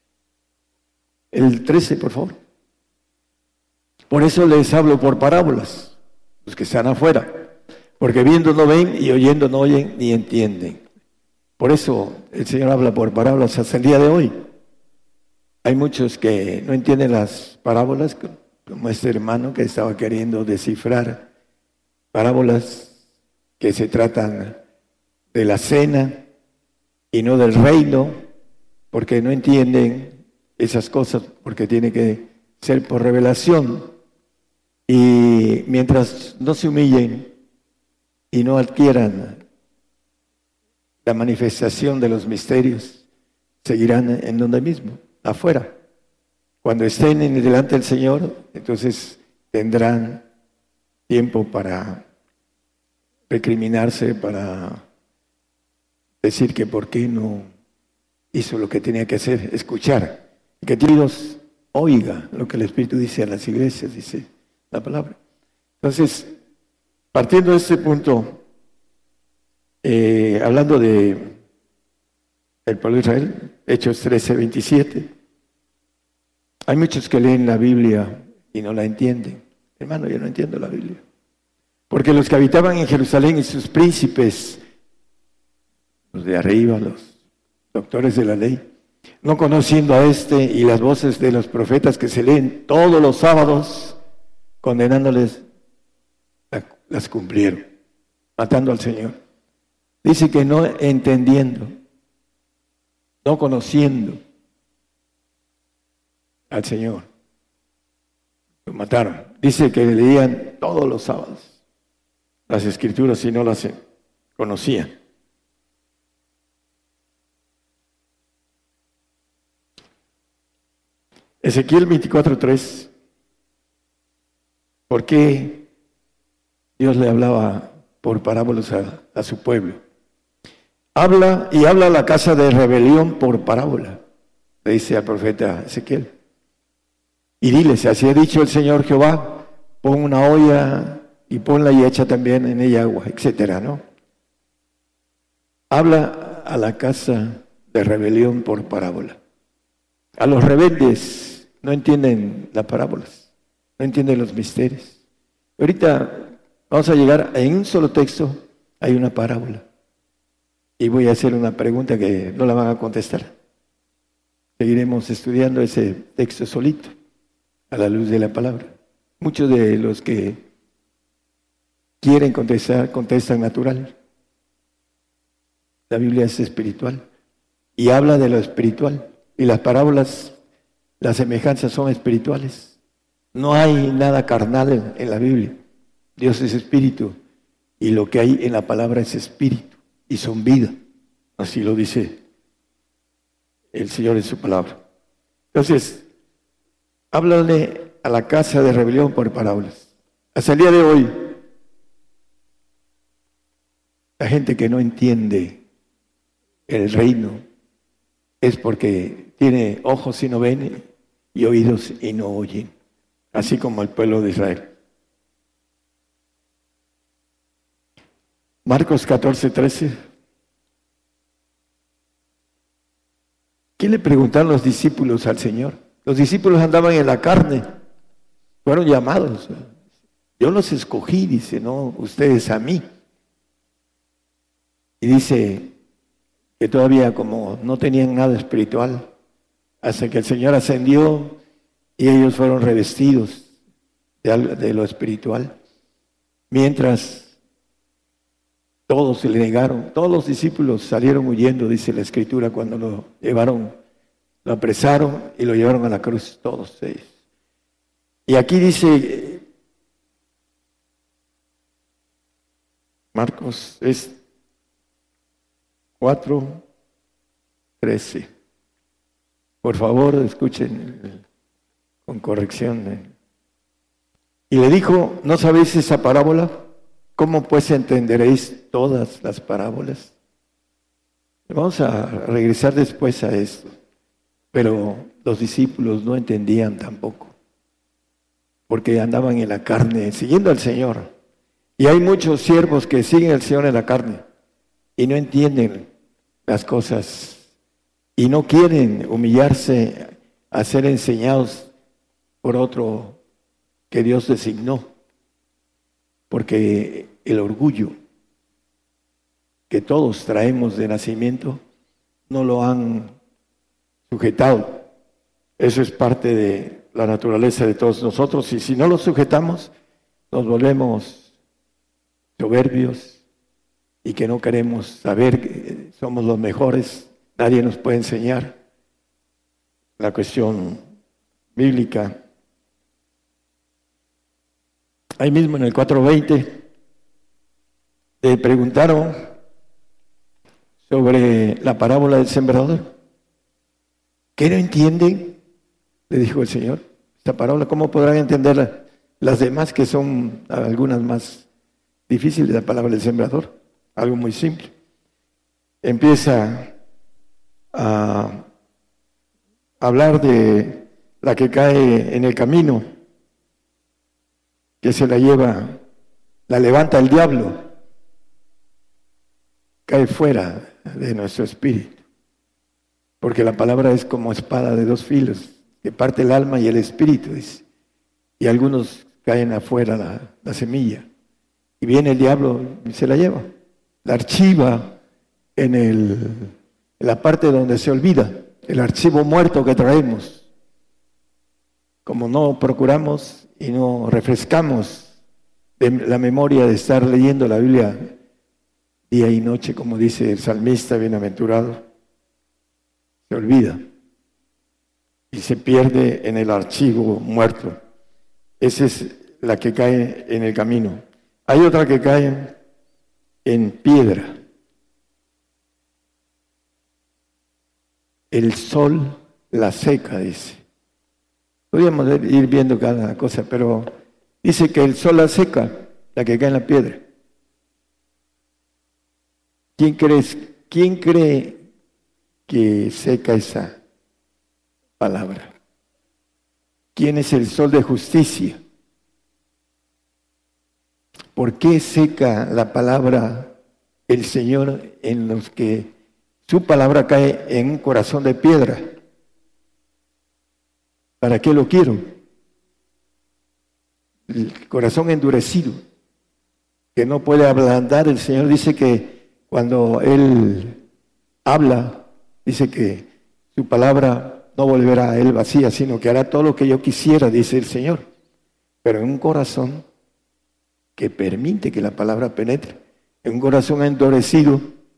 El 13, por favor. Por eso les hablo por parábolas, los que están afuera, porque viendo no ven y oyendo no oyen ni entienden. Por eso el Señor habla por parábolas hasta el día de hoy. Hay muchos que no entienden las parábolas, como este hermano que estaba queriendo descifrar parábolas que se tratan de la cena y no del reino, porque no entienden esas cosas, porque tiene que ser por revelación. Y mientras no se humillen y no adquieran la manifestación de los misterios, seguirán en donde mismo, afuera. Cuando estén delante del Señor, entonces tendrán tiempo para recriminarse, para decir que por qué no hizo lo que tenía que hacer, escuchar. Que Dios oiga lo que el Espíritu dice a las iglesias, dice la palabra. Entonces, partiendo de este punto, hablando del pueblo de Israel, Hechos 13:27, hay muchos que leen la Biblia y no la entienden. Hermano, yo no entiendo la Biblia. Porque los que habitaban en Jerusalén y sus príncipes los de arriba, los doctores de la ley, no conociendo a este y las voces de los profetas que se leen todos los sábados, condenándoles, las cumplieron, matando al Señor. Dice que no entendiendo, no conociendo al Señor, lo mataron. Dice que leían todos los sábados las Escrituras y no las conocían. Ezequiel 24:3. ¿Por qué Dios le hablaba por parábolas a su pueblo? Habla a la casa de rebelión por parábola, le dice al profeta Ezequiel. Y diles, así ha dicho el Señor Jehová, pon una olla y ponla y echa también en ella agua, etcétera, ¿no? Habla a la casa de rebelión por parábola. A los rebeldes no entienden las parábolas, no entienden los misterios. Ahorita vamos a llegar en un solo texto, hay una parábola. Y voy a hacer una pregunta que no la van a contestar. Seguiremos estudiando ese texto solito, a la luz de la palabra. Muchos de los que quieren contestar, contestan natural. La Biblia es espiritual y habla de lo espiritual. Y las parábolas, las semejanzas son espirituales. No hay nada carnal en la Biblia. Dios es espíritu y lo que hay en la palabra es espíritu y son vida. Así lo dice el Señor en su palabra. Entonces, háblale a la casa de rebelión por parábolas. Hasta el día de hoy, la gente que no entiende el reino es porque tiene ojos y no ven y oídos y no oyen, así como el pueblo de Israel. Marcos 14:13. ¿Qué le preguntaron los discípulos al Señor? Los discípulos andaban en la carne, fueron llamados. Yo los escogí, dice, no ustedes a mí. Y dice que todavía como no tenían nada espiritual, hasta que el Señor ascendió y ellos fueron revestidos de lo espiritual. Mientras todos se le negaron, todos los discípulos salieron huyendo, dice la Escritura, cuando lo llevaron, lo apresaron y lo llevaron a la cruz, todos ellos. Y aquí dice, Marcos es 4:13. Por favor, escuchen con corrección. Y le dijo, ¿no sabéis esa parábola? ¿Cómo pues entenderéis todas las parábolas? Vamos a regresar después a esto. Pero los discípulos no entendían tampoco, porque andaban en la carne, siguiendo al Señor. Y hay muchos siervos que siguen al Señor en la carne y no entienden las cosas y no quieren humillarse a ser enseñados por otro que Dios designó, porque el orgullo que todos traemos de nacimiento no lo han sujetado. Eso es parte de la naturaleza de todos nosotros, y si no lo sujetamos nos volvemos soberbios y que no queremos saber que somos los mejores, nadie nos puede enseñar la cuestión bíblica. Ahí mismo en el 4:20 le preguntaron sobre la parábola del sembrador. ¿Qué no entienden? Le dijo el Señor. Esta parábola, ¿cómo podrán entenderla? Las demás, que son algunas más difíciles, la palabra del sembrador, algo muy simple. Empieza a hablar de la que cae en el camino, que se la lleva, la levanta el diablo, cae fuera de nuestro espíritu, porque la palabra es como espada de dos filos, que parte el alma y el espíritu, dice. Y algunos caen afuera la semilla, y viene el diablo y se la lleva, la archiva en la parte donde se olvida, el archivo muerto que traemos. Como no procuramos y no refrescamos de la memoria de estar leyendo la Biblia día y noche, como dice el salmista bienaventurado, se olvida y se pierde en el archivo muerto. Esa es la que cae en el camino. Hay otra que cae en piedra. El sol la seca, dice. Podríamos ir viendo cada cosa, pero dice que el sol la seca, la que cae en la piedra. ¿Quién cree que seca esa palabra? ¿Quién es el sol de justicia? ¿Por qué seca la palabra el Señor en los que su palabra cae en un corazón de piedra? ¿Para qué lo quiero? El corazón endurecido, que no puede ablandar. El Señor dice que cuando Él habla, dice que su palabra no volverá a Él vacía, sino que hará todo lo que yo quisiera, dice el Señor. Pero en un corazón que permite que la palabra penetre, en un corazón endurecido,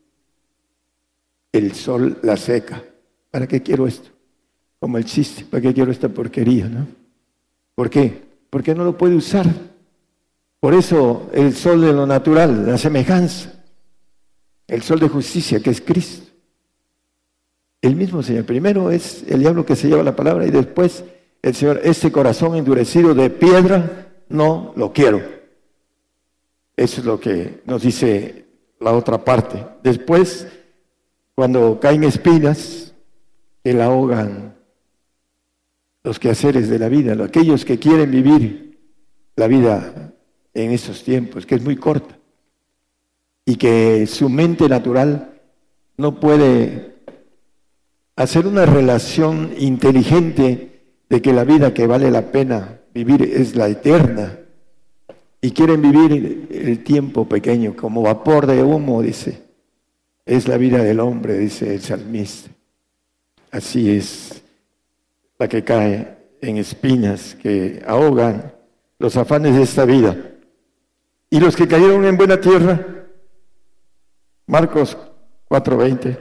el sol la seca. ¿Para qué quiero esto? Como el chiste, ¿para qué quiero esta porquería, no? ¿Por qué? Porque no lo puede usar. Por eso el sol de lo natural, la semejanza, el sol de justicia que es Cristo. El mismo Señor. Primero es el diablo que se lleva la palabra y después el Señor, este corazón endurecido de piedra, no lo quiero. Eso es lo que nos dice la otra parte. Después, cuando caen espinas, que la ahogan los quehaceres de la vida, aquellos que quieren vivir la vida en estos tiempos, que es muy corta, y que su mente natural no puede hacer una relación inteligente de que la vida que vale la pena vivir es la eterna, y quieren vivir el tiempo pequeño como vapor de humo, dice. Es la vida del hombre, dice el salmista. Así es la que cae en espinas que ahogan los afanes de esta vida. Y los que cayeron en buena tierra, Marcos 4:20,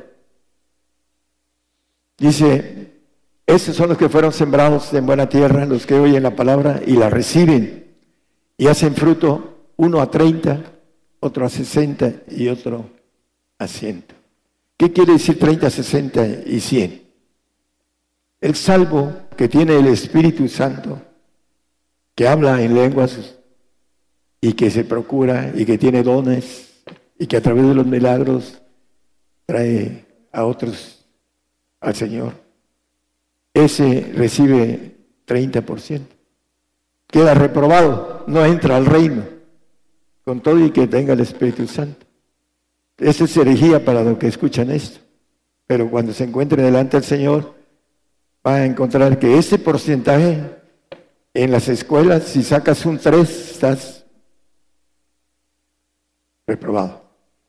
dice, esos son los que fueron sembrados en buena tierra, los que oyen la palabra y la reciben y hacen fruto, uno a 30, otro a 60 y otro a 100. ¿Qué quiere decir 30, 60 y 100? El salvo que tiene el Espíritu Santo, que habla en lenguas y que se procura y que tiene dones y que a través de los milagros trae a otros al Señor, ese recibe 30%. Queda reprobado, no entra al reino, con todo y que tenga el Espíritu Santo. Esa es herejía para los que escuchan esto. Pero cuando se encuentre delante del Señor, va a encontrar que ese porcentaje en las escuelas, si sacas un 3, estás reprobado.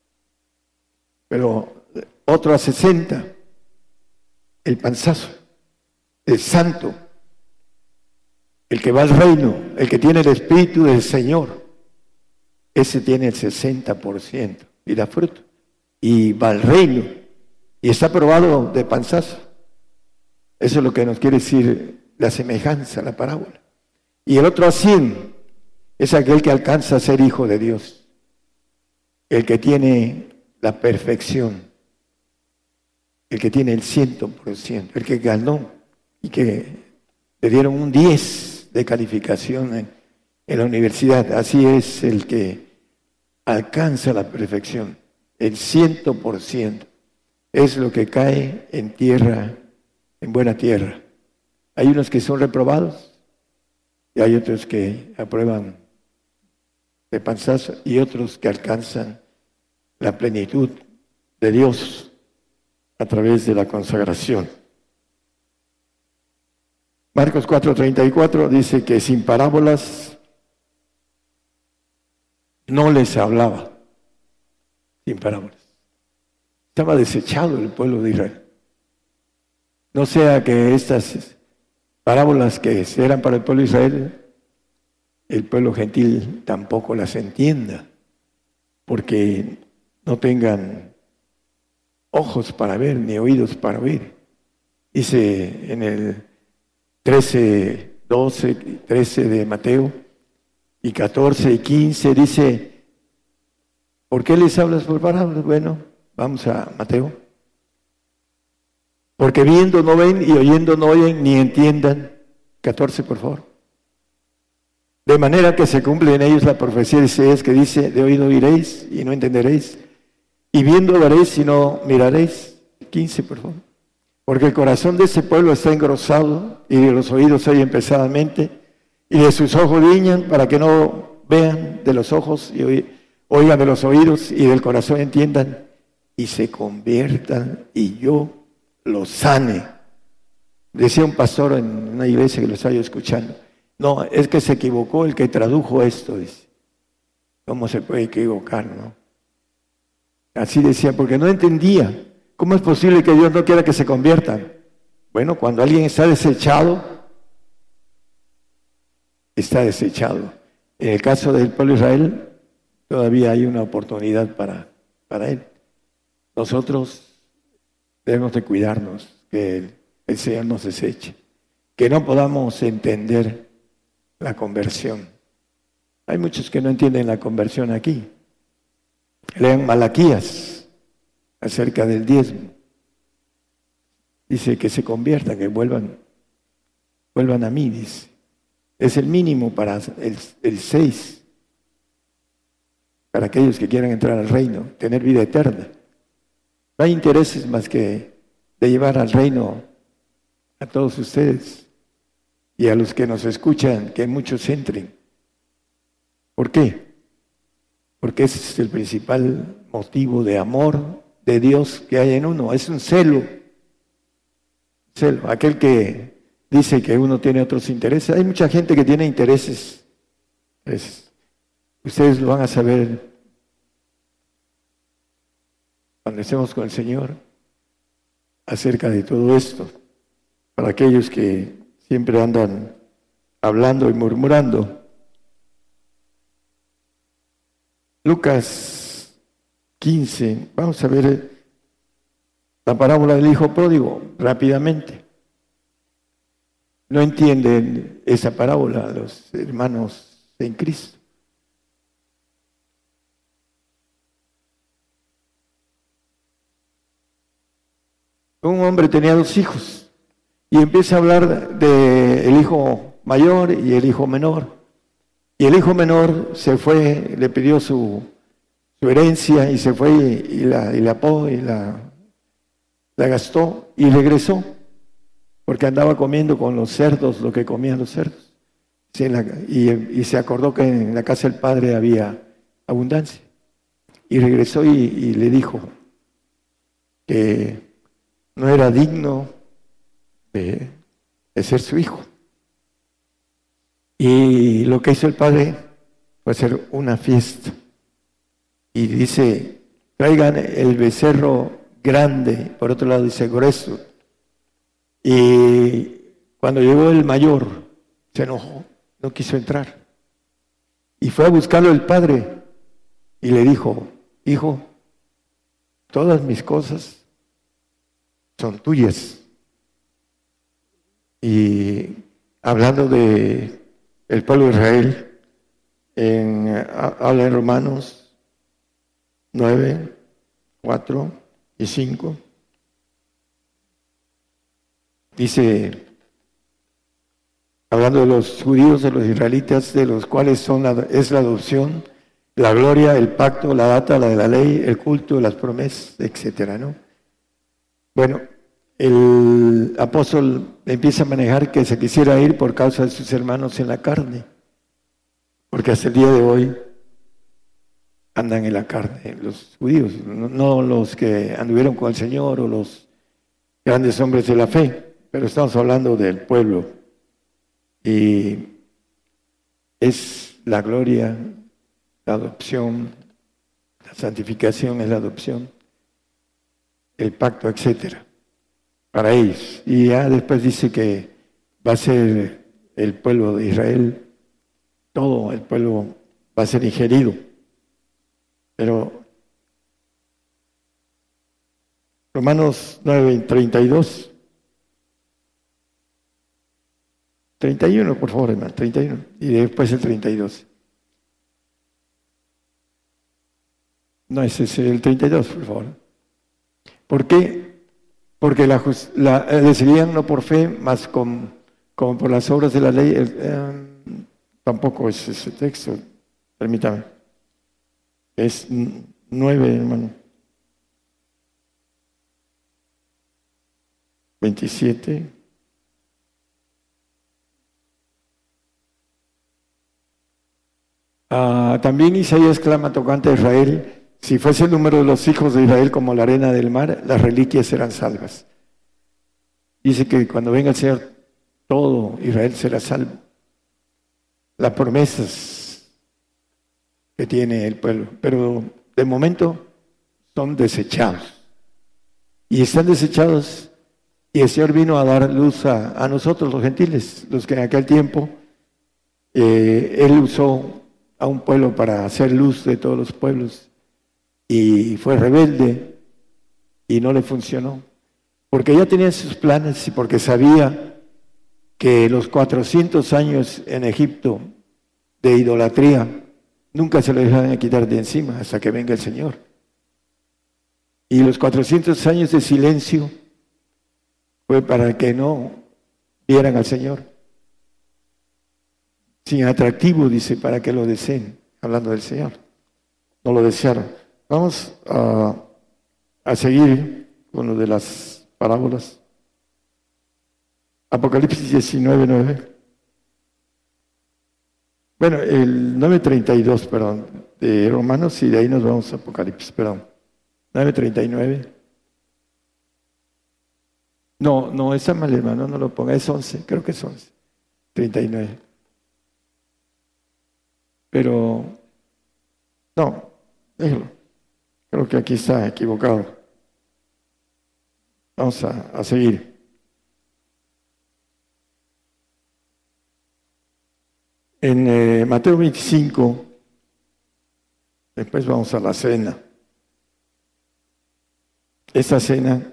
Pero otro a 60, el panzazo, el santo, el que va al reino, el que tiene el Espíritu del Señor, ese tiene el 60% y da fruto. Y va al reino y está aprobado de panzazo. Eso es lo que nos quiere decir la semejanza, la parábola. Y el otro a 100 es aquel que alcanza a ser hijo de Dios, el que tiene la perfección, el que tiene el 100%, el que ganó y que le dieron un 10 de calificación en la universidad. Así es el que alcanza la perfección, el 100%. Es lo que cae en tierra, en buena tierra. Hay unos que son reprobados y hay otros que aprueban de panzazo y otros que alcanzan la plenitud de Dios a través de la consagración. Marcos 4:34 dice que sin parábolas no les hablaba, sin parábolas. Estaba desechado el pueblo de Israel. No sea que estas parábolas que eran para el pueblo de Israel, el pueblo gentil tampoco las entienda, porque no tengan ojos para ver ni oídos para oír. Dice en el 13, 12, 13 de Mateo y 14 y 15, dice, ¿por qué les hablas por parábolas? Bueno, vamos a Mateo. Porque viendo no ven y oyendo no oyen ni entiendan. 14, por favor. De manera que se cumple en ellos la profecía de Isaías que dice, de oído oiréis y no entenderéis, y viendo veréis y no miraréis. 15, por favor. Porque el corazón de ese pueblo está engrosado, y de los oídos oyen pesadamente, y de sus ojos guiñan para que no vean de los ojos y oigan de los oídos, y del corazón entiendan, y se conviertan, y yo los sane. Decía un pastor en una iglesia que lo estaba yo escuchando, no, es que se equivocó el que tradujo esto, dice. ¿Cómo se puede equivocar, no? Así decía, porque no entendía. ¿Cómo es posible que Dios no quiera que se conviertan? Bueno, cuando alguien está desechado, está desechado. En el caso del pueblo de Israel, todavía hay una oportunidad para él. Nosotros debemos de cuidarnos, que el Señor nos deseche, que no podamos entender la conversión. Hay muchos que no entienden la conversión aquí. Lean Malaquías acerca del diezmo. Dice que se conviertan, que vuelvan a mí, dice. Es el mínimo para el 6, para aquellos que quieran entrar al reino, tener vida eterna. No hay intereses más que de llevar al reino a todos ustedes y a los que nos escuchan, que muchos entren. ¿Por qué? Porque ese es el principal motivo de amor de Dios que hay en uno. Es un celo. Celo. Aquel que dice que uno tiene otros intereses. Hay mucha gente que tiene intereses. Ustedes lo van a saber cuando estemos con el Señor acerca de todo esto. Para aquellos que siempre andan hablando y murmurando. Lucas 15, vamos a ver la parábola del hijo pródigo rápidamente. No entienden esa parábola los hermanos en Cristo. Un hombre tenía 2 hijos. Y empieza a hablar del hijo mayor y el hijo menor. Y el hijo menor se fue, le pidió su herencia y se fue y la pagó y la gastó y regresó. Porque andaba comiendo con los cerdos lo que comían los cerdos. Y se acordó que en la casa del padre había abundancia. Y regresó y le dijo que no era digno de ser su hijo. Y lo que hizo el padre fue hacer una fiesta. Y dice, traigan el becerro grande, por otro lado dice grueso. Y cuando llegó el mayor, se enojó, no quiso entrar. Y fue a buscarlo el padre y le dijo, hijo, todas mis cosas son tuyas. Y hablando de el pueblo de Israel, habla en Romanos 9, 4 y 5. Dice, hablando de los judíos, de los israelitas, de los cuales es la adopción, la gloria, el pacto, la data, la de la ley, el culto, las promesas, etcétera, ¿no? Bueno, el apóstol empieza a manejar que se quisiera ir por causa de sus hermanos en la carne, porque hasta el día de hoy andan en la carne, los judíos, no los que anduvieron con el Señor o los grandes hombres de la fe, pero estamos hablando del pueblo. Y es la gloria, la adopción, la santificación es la adopción. el pacto, etcétera, para ellos. Y ya después dice que va a ser el pueblo de Israel, todo el pueblo va a ser ingerido. Pero Romanos 9:32, 31, por favor, hermano, 31, y después el 32. No, ese es el 32, por favor. ¿Por qué? Porque le seguían no por fe, más como por las obras de la ley. Tampoco es ese texto, permítame. Es 9, hermano. 27. También Isaías clama tocante a Israel: si fuese el número de los hijos de Israel como la arena del mar, las reliquias serán salvas. Dice que cuando venga el Señor, todo Israel será salvo. Las promesas que tiene el pueblo, pero de momento son desechados. Y están desechados, y el Señor vino a dar luz a nosotros, los gentiles, los que en aquel tiempo Él usó a un pueblo para hacer luz de todos los pueblos, y fue rebelde y no le funcionó, porque ya tenía sus planes y porque sabía que los 400 años en Egipto de idolatría nunca se lo dejaban quitar de encima hasta que venga el Señor. Y los 400 años de silencio fue para que no vieran al Señor. Sin atractivo, dice, para que lo deseen, hablando del Señor. No lo desearon. Vamos a seguir con lo de las parábolas. Apocalipsis 19:9. Bueno, el 9:32, perdón, de Romanos, y de ahí nos vamos a Apocalipsis, perdón. 9:39. No, esa mal, hermano, no lo ponga, es 11, creo que es 11. 39. Pero, no, déjalo. Creo que aquí está equivocado. Vamos a seguir. En Mateo 25, después vamos a la cena. Esta cena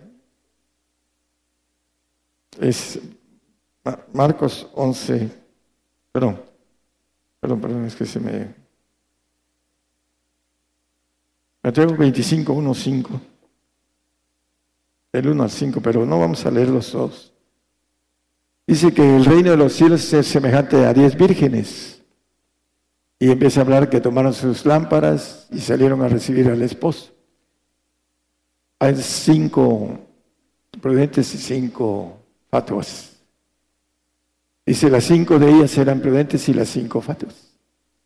es Marcos 11, perdón, es que se me... Mateo 25, 1, 5, del 1 al 5, pero no vamos a leer los dos. Dice que el reino de los cielos es semejante a 10 vírgenes. Y empieza a hablar que tomaron sus lámparas y salieron a recibir al esposo. Hay 5 prudentes y 5 fatuas. Dice, las 5 de ellas eran prudentes y las 5 fatuas.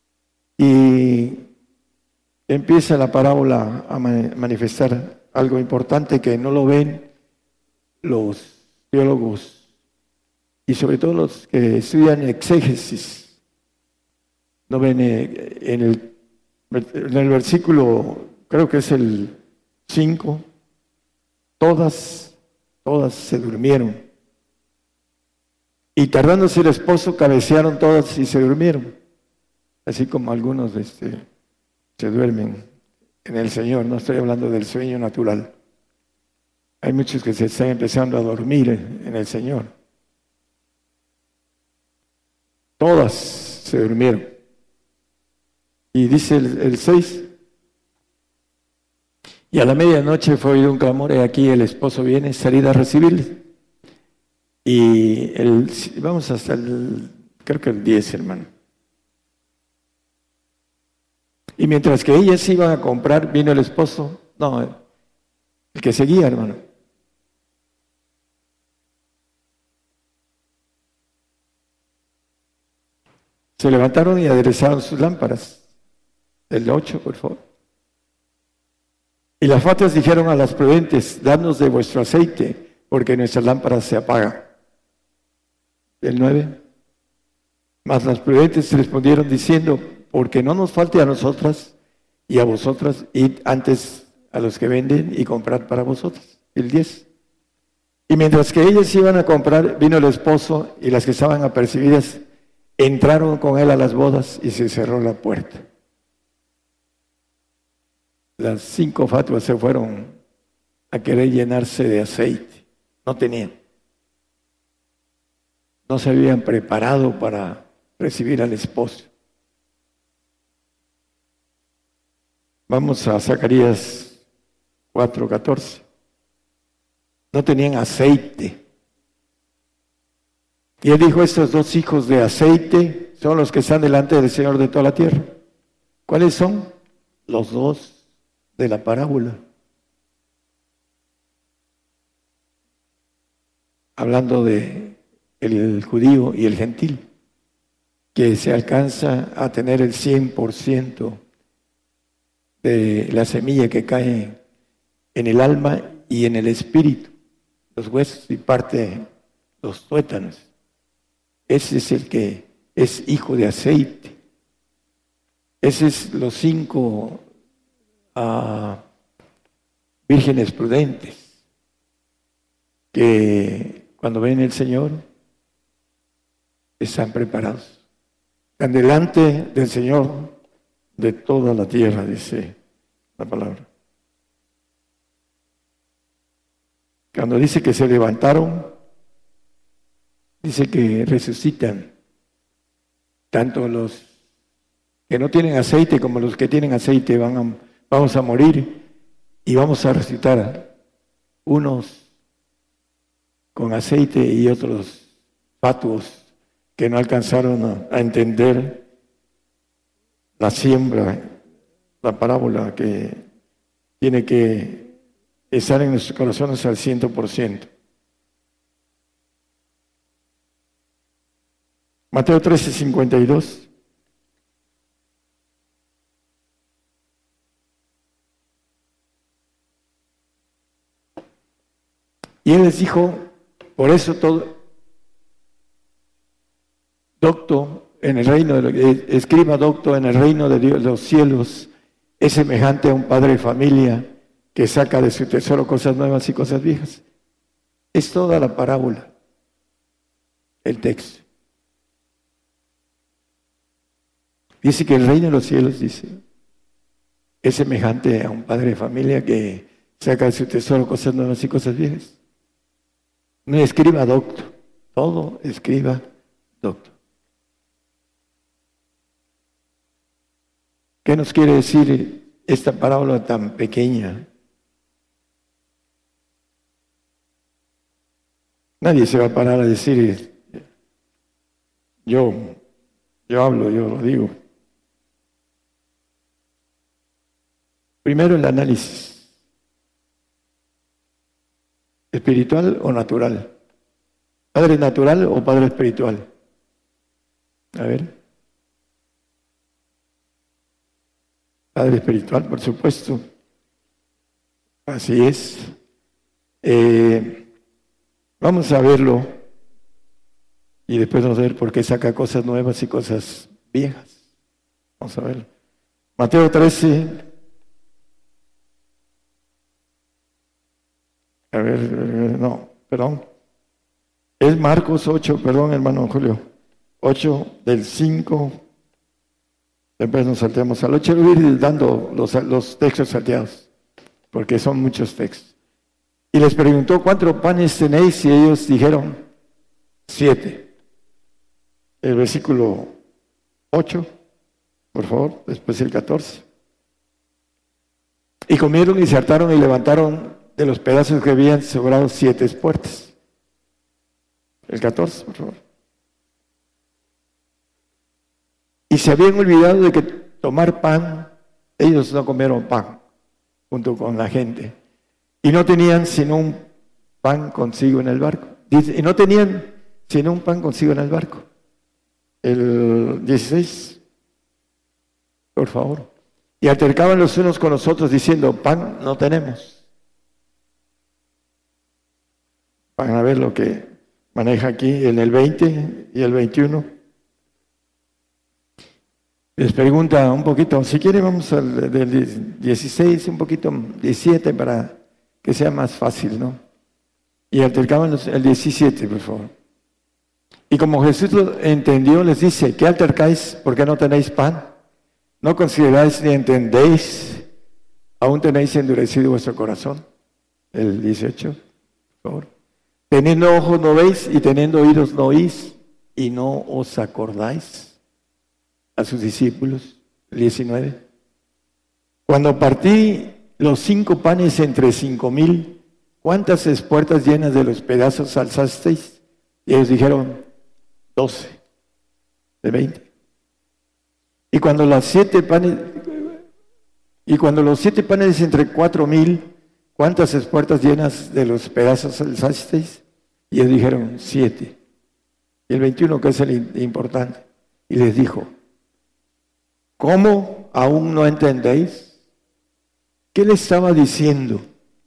Y empieza la parábola a manifestar algo importante que no lo ven los teólogos y sobre todo los que estudian exégesis. No ven en el versículo, creo que es el 5, todas se durmieron. Y tardándose el esposo, cabecearon todas y se durmieron. Así como algunos se duermen en el Señor. No estoy hablando del sueño natural. Hay muchos que se están empezando a dormir en el Señor. Todas se durmieron. Y dice el 6, y a la medianoche fue oído un clamor, y aquí el esposo viene, salid a recibirle. Y vamos hasta creo que el 10, hermano. Y mientras que ellas iban a comprar, vino el esposo, no, el que seguía, hermano. Se levantaron y aderezaron sus lámparas. El 8, por favor. Y las fatuas dijeron a las prudentes, dadnos de vuestro aceite, porque nuestras lámparas se apagan. El 9. Mas las prudentes respondieron diciendo, porque no nos falte a nosotras y a vosotras, id antes a los que venden y comprad para vosotras. el 10. Y mientras que ellas iban a comprar, vino el esposo y las que estaban apercibidas entraron con él a las bodas y se cerró la puerta. Las 5 fatuas se fueron a querer llenarse de aceite. No tenían. No se habían preparado para recibir al esposo. Vamos a Zacarías 4:14. No tenían aceite. Y él dijo, estos 2 hijos de aceite son los que están delante del Señor de toda la tierra. ¿Cuáles son? Los 2 de la parábola. Hablando de el judío y el gentil, que se alcanza a tener el 100% de la semilla que cae en el alma y en el espíritu, los huesos y parte los tuétanos. Ese es el que es hijo de aceite. Ese es los 5 vírgenes prudentes que cuando ven el Señor están preparados. Están delante del Señor de toda la tierra, dice la palabra. Cuando dice que se levantaron, dice que resucitan, tanto los que no tienen aceite como los que tienen aceite vamos a morir y vamos a resucitar, unos con aceite y otros fatuos que no alcanzaron a entender la siembra, la parábola que tiene que estar en nuestros corazones al 100%. Mateo 13:52. Y él les dijo, por eso todo docto en el reino escriba docto en el reino de Dios, los cielos, es semejante a un padre de familia que saca de su tesoro cosas nuevas y cosas viejas. Es toda la parábola, el texto. Dice que el reino de los cielos, dice, es semejante a un padre de familia que saca de su tesoro cosas nuevas y cosas viejas. No escriba docto, todo escriba docto. ¿Qué nos quiere decir esta parábola tan pequeña? Nadie se va a parar a decir, yo hablo, yo lo digo. Primero el análisis. ¿Espiritual o natural? ¿Padre natural o padre espiritual? A ver. Padre espiritual, por supuesto. Así es. Vamos a verlo y después vamos a ver por qué saca cosas nuevas y cosas viejas. Vamos a verlo. Mateo 13. A ver, no, perdón. Es Marcos 8, perdón, hermano Julio. 8 del 5. Después nos saltemos al 8. Voy a ir dando los textos salteados, porque son muchos textos. Y les preguntó, ¿cuántos panes tenéis? Y ellos dijeron, 7. El versículo 8, por favor, después el 14. Y comieron y se hartaron y levantaron de los pedazos que habían sobrado 7 espuertas. El 14, por favor. Y se habían olvidado de que tomar pan, ellos no comieron pan junto con la gente. Y no tenían sino un pan consigo en el barco. Dice, y no tenían sino un pan consigo en el barco. El 16, por favor. Y altercaban los unos con los otros diciendo, pan no tenemos. Van a ver lo que maneja aquí en el 20 y el 21. Les pregunta un poquito, si quiere vamos al del 16, un poquito 17 para que sea más fácil, ¿no? Y altercaban el 17, por favor. Y como Jesús lo entendió, les dice, ¿qué altercáis? ¿Por qué no tenéis pan? ¿No consideráis ni entendéis? ¿Aún tenéis endurecido vuestro corazón? El 18, por favor. Teniendo ojos no veis y teniendo oídos no oís y no os acordáis. A sus discípulos, el 19. Cuando partí los 5 panes entre 5,000, ¿cuántas espuertas llenas de los pedazos alzasteis? Y ellos dijeron, 12 de 20. Y cuando los 7 panes entre 4,000, ¿cuántas espuertas llenas de los pedazos alzasteis? Y ellos dijeron, 7. Y el 21, que es el importante, y les dijo, ¿cómo aún no entendéis? ¿Qué le estaba diciendo?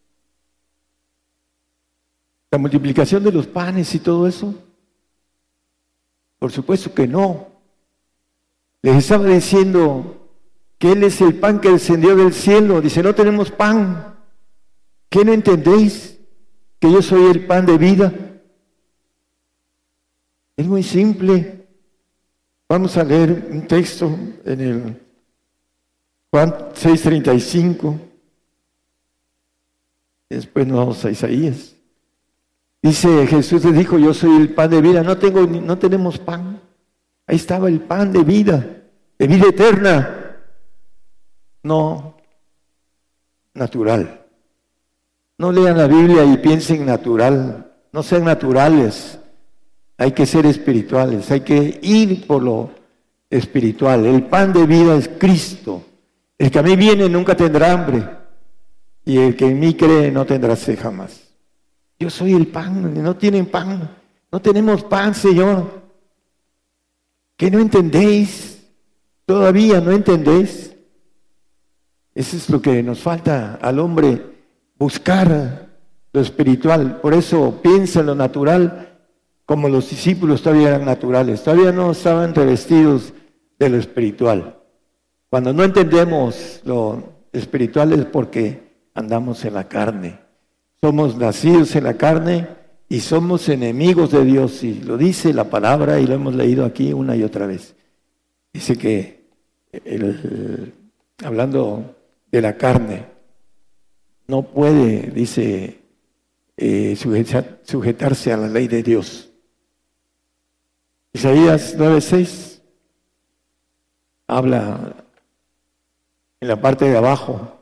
¿La multiplicación de los panes y todo eso? Por supuesto que no. Les estaba diciendo que Él es el pan que descendió del cielo. Dice, no tenemos pan. ¿Qué no entendéis? Que yo soy el pan de vida. Es muy simple. Vamos a leer un texto en el Juan 6:35. Después nos vamos a Isaías. Dice, Jesús les dijo, yo soy el pan de vida. No tenemos pan. Ahí estaba el pan de vida eterna. No natural. No lean la Biblia y piensen natural. No sean naturales. Hay que ser espirituales. Hay que ir por lo espiritual. El pan de vida es Cristo. El que a mí viene nunca tendrá hambre. Y el que en mí cree no tendrá sed jamás. Yo soy el pan. No tienen pan. No tenemos pan, Señor. ¿Qué no entendéis? ¿Todavía no entendéis? Eso es lo que nos falta al hombre, buscar lo espiritual. Por eso piensa en lo natural, como los discípulos todavía eran naturales. Todavía no estaban revestidos de lo espiritual. Cuando no entendemos lo espiritual es porque andamos en la carne. Somos nacidos en la carne y somos enemigos de Dios. Y lo dice la palabra y lo hemos leído aquí una y otra vez. Dice que, hablando de la carne, no puede, dice, sujetarse a la ley de Dios. Isaías 9:6 habla en la parte de abajo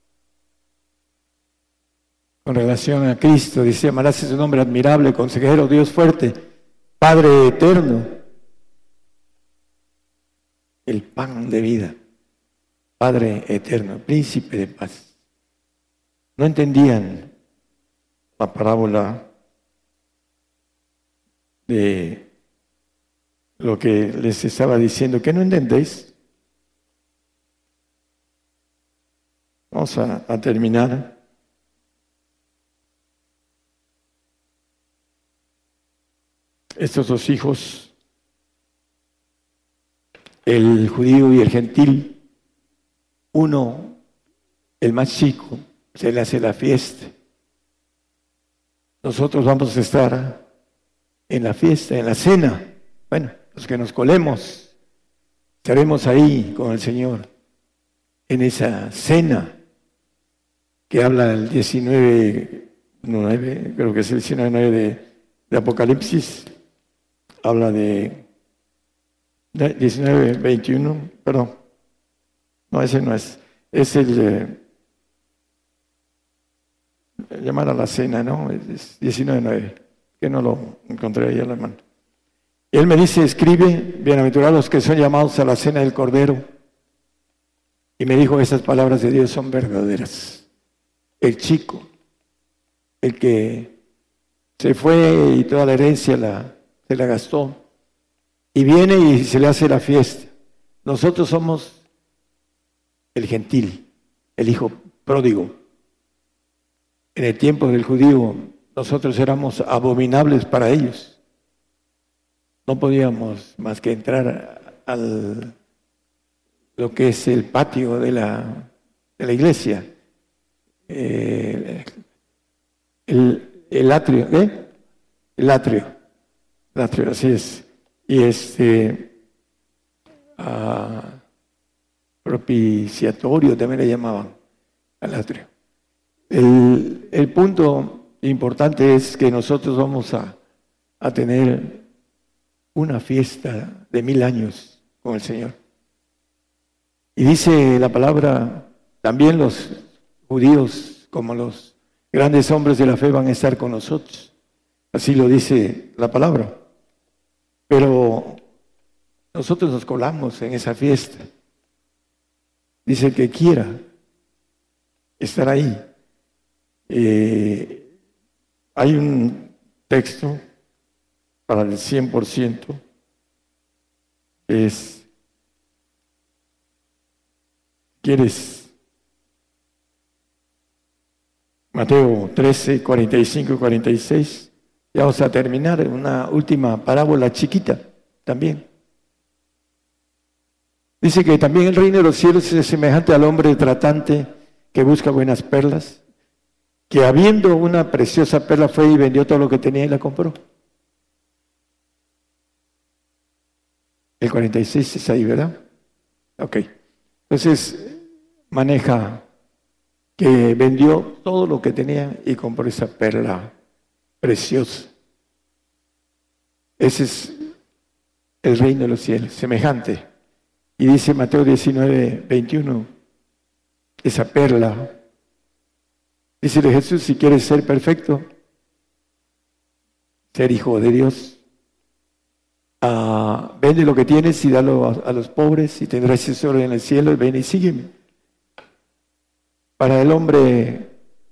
con relación a Cristo. Dice, amarás su nombre admirable, consejero, Dios fuerte, Padre eterno, el pan de vida, Padre eterno, príncipe de paz. No entendían la parábola de lo que les estaba diciendo. ¿Qué no entendéis? Vamos a terminar. Estos 2 hijos, el judío y el gentil, uno, el más chico, se le hace la fiesta. Nosotros vamos a estar en la fiesta, en la cena. Bueno, los que nos colemos, estaremos ahí con el Señor, en esa cena que habla el 19:9, creo que es el 19:9 de Apocalipsis. Habla de 19:21, perdón. No, ese no es. Es el llamar a la cena, ¿no? Es 19:9, que no lo encontré ahí a la mano. Y él me dice, escribe, bienaventurados los que son llamados a la cena del Cordero. Y me dijo, esas palabras de Dios son verdaderas. El chico, el que se fue y toda la herencia se la gastó, y viene y se le hace la fiesta. Nosotros somos el gentil, el hijo pródigo. En el tiempo del judío, nosotros éramos abominables para ellos. No podíamos más que entrar al lo que es el patio de la iglesia. el atrio, ¿eh? El atrio, así es. Y propiciatorio también le llamaban al atrio. El punto importante es que nosotros vamos a tener una fiesta de 1000 años con el Señor. Y dice la palabra, también los judíos como los grandes hombres de la fe van a estar con nosotros. Así lo dice la palabra. Pero nosotros nos colamos en esa fiesta. Dice el que quiera estar ahí. Hay un texto para el 100%, es, ¿quieres? Mateo 13, 45 y 46. Ya vamos a terminar, una última parábola chiquita también. Dice que también el reino de los cielos es semejante al hombre tratante que busca buenas perlas, que habiendo una preciosa perla fue y vendió todo lo que tenía y la compró. El 46 es ahí, ¿verdad? Ok. Entonces, maneja que vendió todo lo que tenía y compró esa perla preciosa. Ese es el reino de los cielos, semejante. Y dice Mateo 19, 21, esa perla. Dice Jesús, si quieres ser perfecto, ser hijo de Dios, vende lo que tienes y dalo a los pobres y tendrás tesoro en el cielo, ven y sígueme. Para el hombre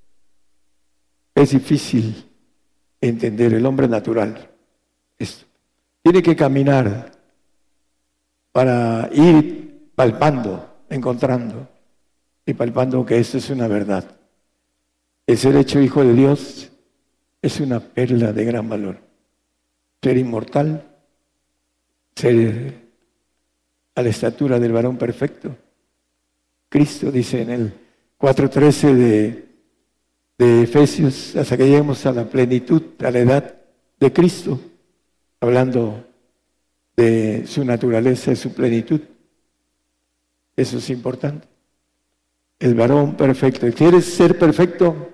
es difícil entender, el hombre natural. Esto. Tiene que caminar para ir palpando, encontrando y palpando que esto es una verdad. El ser hecho hijo de Dios es una perla de gran valor. Ser inmortal, ser a la estatura del varón perfecto. Cristo dice en el 4:13 de Efesios, hasta que lleguemos a la plenitud, a la edad de Cristo, hablando de su naturaleza y su plenitud. Eso es importante. El varón perfecto. ¿Quieres ser perfecto?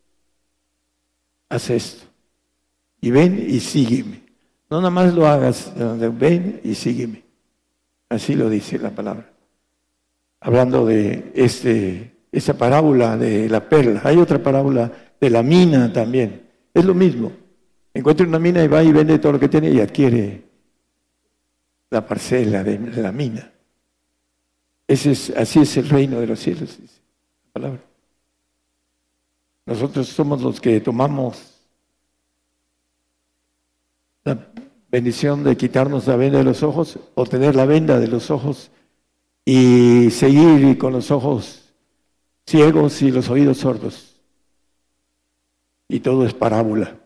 Haz esto. Y ven y sígueme. No nada más lo hagas, ven y sígueme. Así lo dice la palabra. Hablando de esa parábola de la perla. Hay otra parábola de la mina también. Es lo mismo. Encuentra una mina y va y vende todo lo que tiene y adquiere la parcela de la mina. Así es el reino de los cielos, dice la palabra. Nosotros somos los que tomamos la bendición de quitarnos la venda de los ojos o tener la venda de los ojos y seguir con los ojos ciegos y los oídos sordos. Y todo es parábola,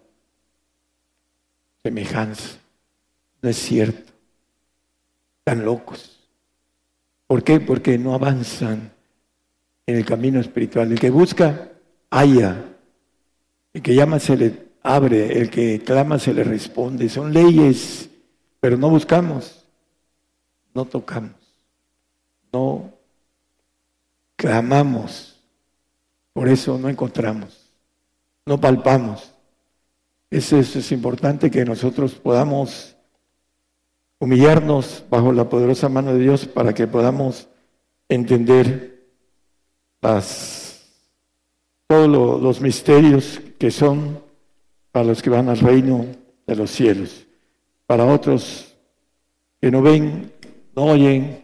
semejanza. No es cierto. Están locos. ¿Por qué? Porque no avanzan en el camino espiritual. El que busca, halla. El que llama, se le abre. El que clama, se le responde. Son leyes, pero no buscamos. No tocamos. No clamamos. Por eso no encontramos. No palpamos. Eso es importante que nosotros podamos humillarnos bajo la poderosa mano de Dios para que podamos entender todos los misterios que son para los que van al reino de los cielos. Para otros que no ven, no oyen,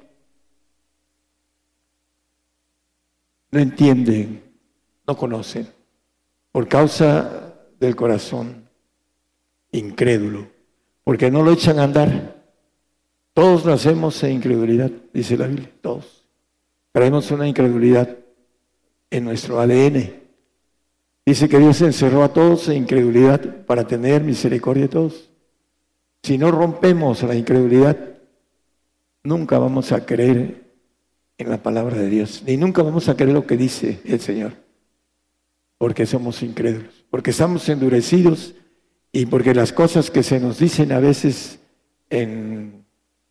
no entienden, no conocen, por causa del corazón incrédulo, porque no lo echan a andar. Todos nacemos en incredulidad, dice la Biblia, todos. Traemos una incredulidad en nuestro ADN. Dice que Dios encerró a todos en incredulidad para tener misericordia de todos. Si no rompemos la incredulidad, nunca vamos a creer en la palabra de Dios, ni nunca vamos a creer lo que dice el Señor. porque somos incrédulos, porque estamos endurecidos y porque las cosas que se nos dicen a veces en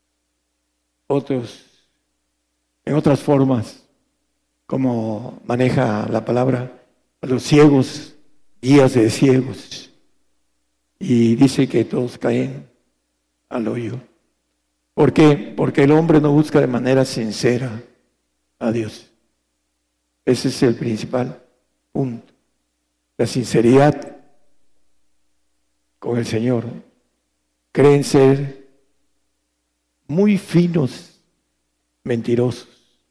otras formas, como maneja la palabra, a los ciegos, guías de ciegos, y dice que todos caen al hoyo. ¿Por qué? Porque el hombre no busca de manera sincera a Dios. Ese es el principal punto. La sinceridad con el Señor. Creen ser muy finos, mentirosos.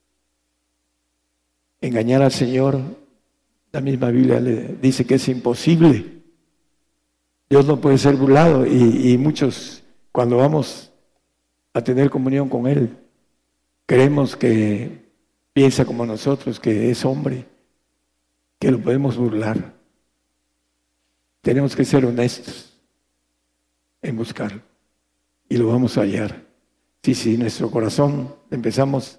Engañar al Señor, la misma Biblia le dice que es imposible. Dios no puede ser burlado y muchos, cuando vamos a tener comunión con Él, creemos que piensa como nosotros, que es hombre, que lo podemos burlar. Tenemos que ser honestos en buscarlo y lo vamos a hallar. Si nuestro corazón empezamos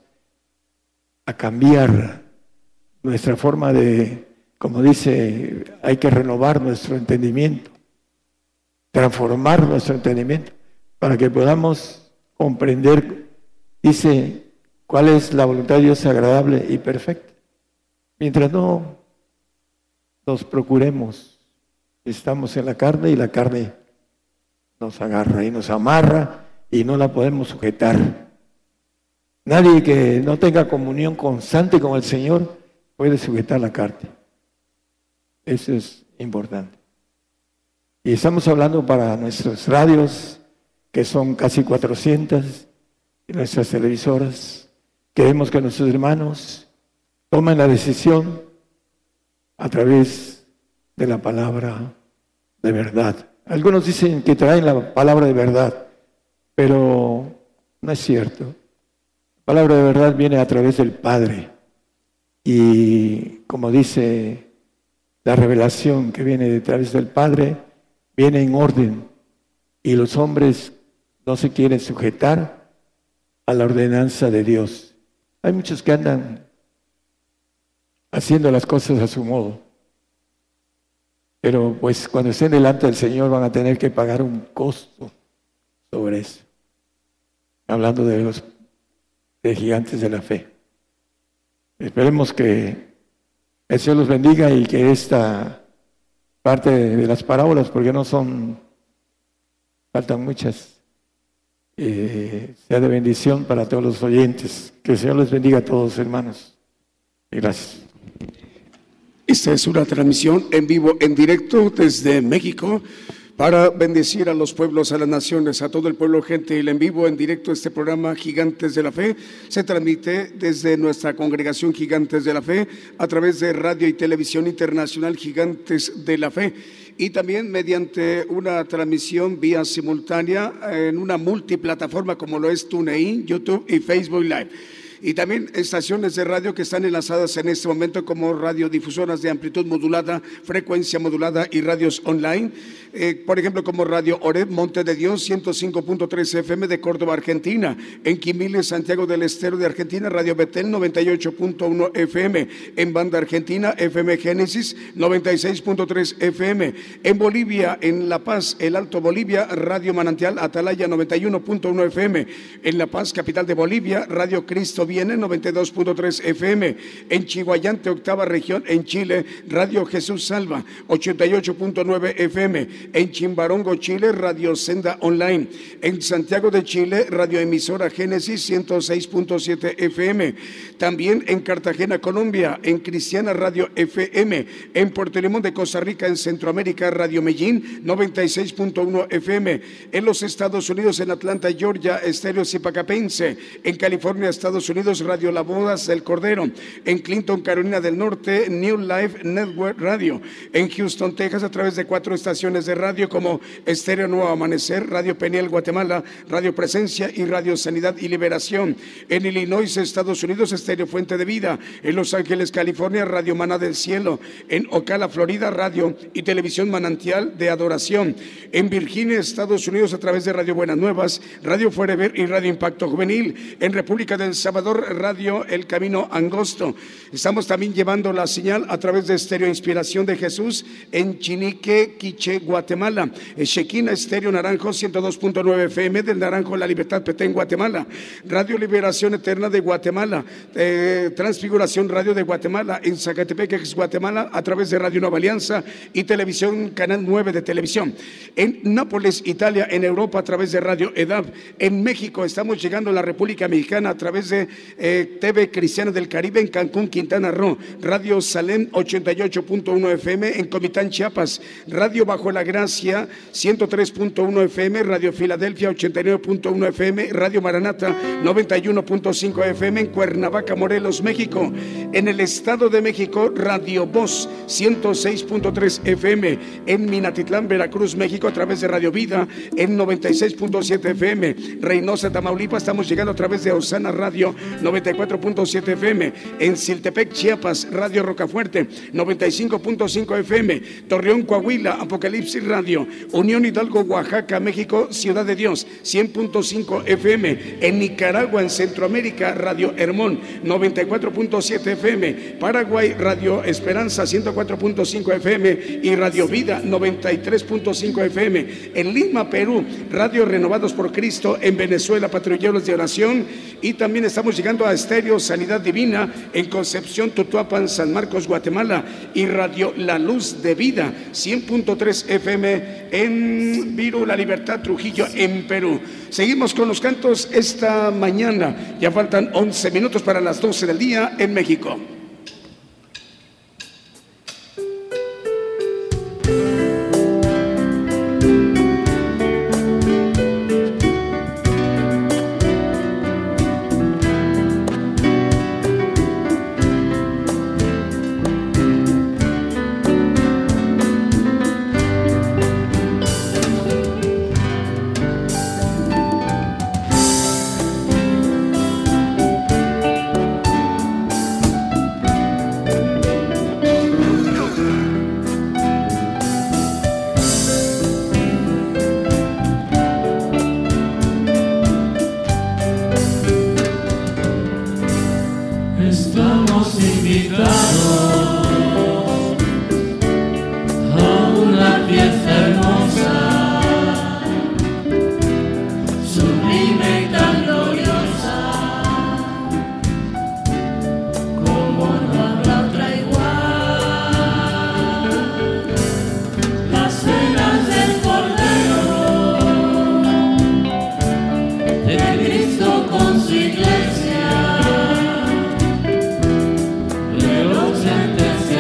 a cambiar nuestra forma de, como dice, hay que renovar nuestro entendimiento, transformar nuestro entendimiento para que podamos comprender, dice, cuál es la voluntad de Dios agradable y perfecta. Mientras no nos procuremos, estamos en la carne y la carne nos agarra y nos amarra y no la podemos sujetar. Nadie que no tenga comunión constante con el Señor puede sujetar la carne. Eso es importante. Y estamos hablando para nuestras radios, que son casi 400, y nuestras televisoras. Queremos que nuestros hermanos tomen la decisión a través de la palabra de verdad. Algunos dicen que traen la palabra de verdad, pero no es cierto. La palabra de verdad viene a través del Padre. Y como dice la revelación que viene a través del Padre, viene en orden. Y los hombres no se quieren sujetar a la ordenanza de Dios. Hay muchos que andan haciendo las cosas a su modo. Pero pues cuando estén delante del Señor van a tener que pagar un costo sobre eso. Hablando de los gigantes de la fe. Esperemos que el Señor los bendiga y que esta parte de las parábolas, porque no son, faltan muchas, sea de bendición para todos los oyentes. Que el Señor les bendiga a todos, hermanos. Y gracias. Esta es una transmisión en vivo, en directo desde México, para bendecir a los pueblos, a las naciones, a todo el pueblo gentil. En vivo, en directo, este programa Gigantes de la Fe se transmite desde nuestra congregación Gigantes de la Fe a través de Radio y Televisión Internacional Gigantes de la Fe, y también mediante una transmisión vía simultánea en una multiplataforma como lo es TuneIn, YouTube y Facebook Live. Y también estaciones de radio que están enlazadas en este momento como radiodifusoras de amplitud modulada, frecuencia modulada y radios online. Por ejemplo, como Radio Oreb, Monte de Dios, 105.3 FM de Córdoba, Argentina. En Quimiles, Santiago del Estero de Argentina, Radio Betel, 98.1 FM. En Banda Argentina, FM Génesis, 96.3 FM. En Bolivia, en La Paz, El Alto Bolivia, Radio Manantial Atalaya, 91.1 FM. En La Paz, capital de Bolivia, Radio Cristo Viene, 92.3 FM. En Chihuayante, octava región, en Chile, Radio Jesús Salva, 88.9 FM. En Chimbarongo, Chile, Radio Senda Online. En Santiago de Chile, Radio Emisora Génesis, 106.7 FM. También en Cartagena, Colombia, en Cristiana Radio FM. En Puerto Limón de Costa Rica, en Centroamérica, Radio Medellín, 96.1 FM. En los Estados Unidos, en Atlanta, Georgia, Estéreo Zipacapense. En California, Estados Unidos, Radio La Bodas del Cordero. En Clinton, Carolina del Norte, New Life Network Radio. En Houston, Texas, a través de 4 estaciones de radio como Estéreo Nuevo Amanecer, Radio Peniel Guatemala, Radio Presencia y Radio Sanidad y Liberación. En Illinois, Estados Unidos, Estéreo Fuente de Vida. En Los Ángeles, California, Radio Maná del Cielo. En Ocala, Florida, Radio y Televisión Manantial de Adoración. En Virginia, Estados Unidos, a través de Radio Buenas Nuevas, Radio Forever y Radio Impacto Juvenil. En República del Salvador, Salvador, Radio El Camino Angosto. Estamos también llevando la señal a través de Estéreo Inspiración de Jesús en Chinique, Quiché, Guatemala. Shequina Estéreo Naranjo 102.9 FM del Naranjo La Libertad, Petén, Guatemala. Radio Liberación Eterna de Guatemala. Transfiguración Radio de Guatemala en Zacatepec, Guatemala, a través de Radio Nueva Alianza y Televisión Canal 9 de Televisión. En Nápoles, Italia, en Europa, a través de Radio EDAV. En México estamos llegando a la República Mexicana a través de TV Cristiana del Caribe en Cancún, Quintana Roo. Radio Salem 88.1 FM en Comitán, Chiapas. Radio Bajo la Gracia 103.1 FM. Radio Filadelfia 89.1 FM. Radio Maranata 91.5 FM en Cuernavaca, Morelos, México. En el Estado de México, Radio Voz 106.3 FM. En Minatitlán, Veracruz, México, a través de Radio Vida en 96.7 FM. Reynosa, Tamaulipas, estamos llegando a través de Osana Radio 94.7 FM. En Siltepec, Chiapas, Radio Rocafuerte 95.5 FM. Torreón, Coahuila, Apocalipsis Radio. Unión Hidalgo, Oaxaca, México, Ciudad de Dios 100.5 FM. En Nicaragua, en Centroamérica, Radio Hermón 94.7 FM. Paraguay, Radio Esperanza 104.5 FM y Radio Vida 93.5 FM. En Lima, Perú, Radio Renovados por Cristo. En Venezuela, Patrulleros de Oración. Y también estamos llegando a Estéreo Sanidad Divina en Concepción, Tutuapan, San Marcos, Guatemala. Y Radio La Luz de Vida 100.3 FM en Viru, La Libertad, Trujillo, en Perú. Seguimos con los cantos esta mañana. Ya faltan 11 minutos para las 12 del día en México. Iglesia, de los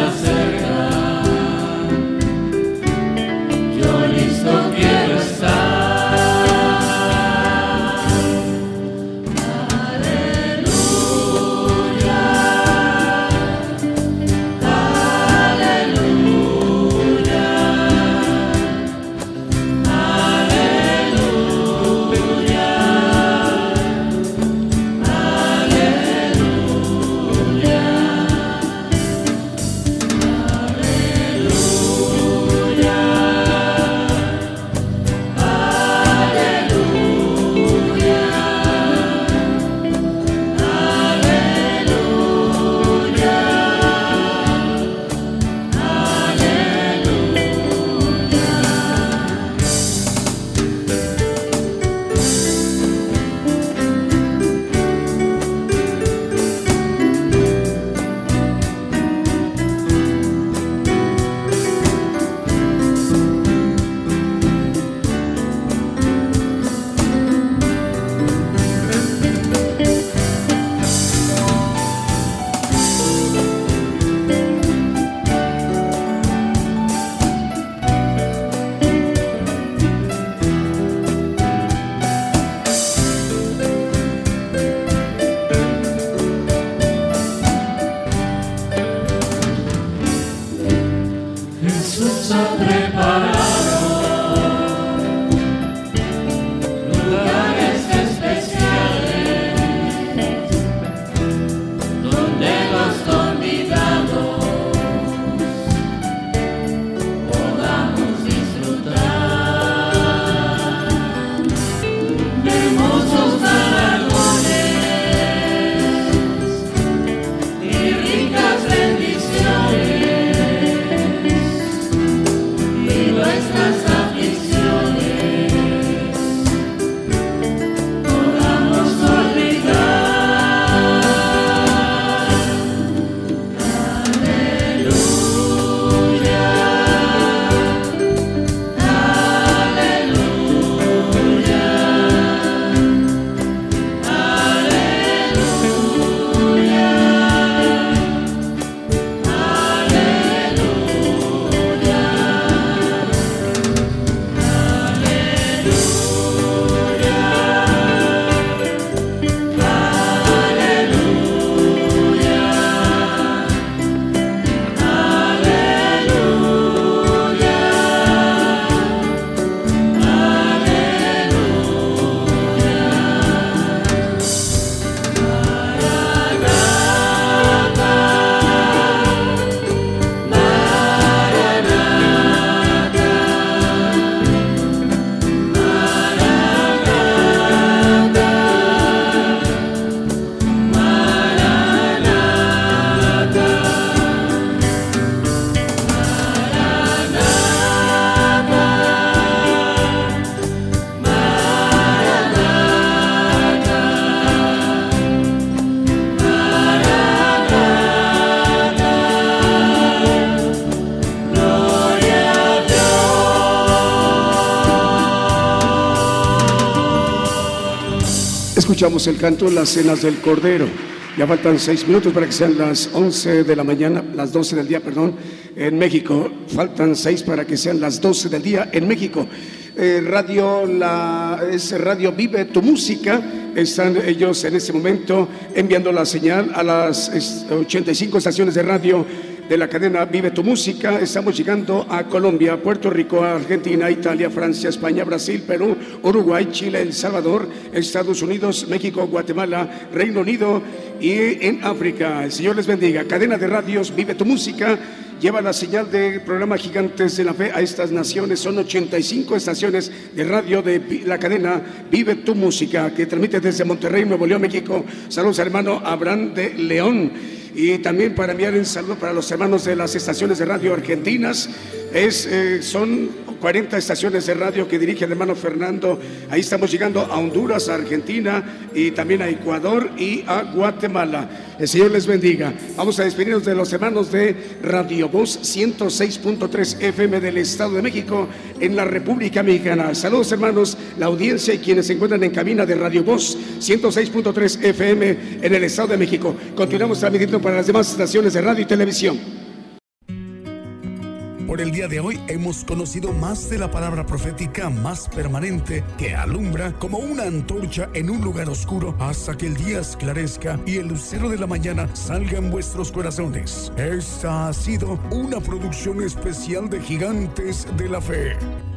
Escuchamos el canto Las Cenas del Cordero. Ya faltan 6 minutos para que sean las 11 de la mañana, las 12 del día, perdón, en México. Faltan 6 para que sean las 12 del día en México. Radio Vive tu Música. Están ellos en este momento enviando la señal a las 85 estaciones de radio de la cadena Vive tu Música. Estamos llegando a Colombia, Puerto Rico, Argentina, Italia, Francia, España, Brasil, Perú, Uruguay, Chile, El Salvador, Estados Unidos, México, Guatemala, Reino Unido y en África. El Señor les bendiga. Cadena de radios Vive tu Música lleva la señal del programa Gigantes de la Fe a estas naciones. Son 85 estaciones de radio de la cadena Vive tu Música, que transmite desde Monterrey, Nuevo León, México. Saludos, hermano Abraham de León. Y también para enviar un saludo para los hermanos de las estaciones de radio argentinas. Son 40 estaciones de radio que dirige el hermano Fernando. Ahí estamos llegando a Honduras, a Argentina y también a Ecuador y a Guatemala. El Señor les bendiga. Vamos a despedirnos de los hermanos de Radio Voz 106.3 FM del Estado de México en la República Mexicana. Saludos, hermanos, la audiencia y quienes se encuentran en cabina de Radio Voz 106.3 FM en el Estado de México. Continuamos transmitiendo para las demás estaciones de radio y televisión. Por el día de hoy hemos conocido más de la palabra profética más permanente que alumbra como una antorcha en un lugar oscuro hasta que el día esclarezca y el lucero de la mañana salga en vuestros corazones. Esta ha sido una producción especial de Gigantes de la Fe.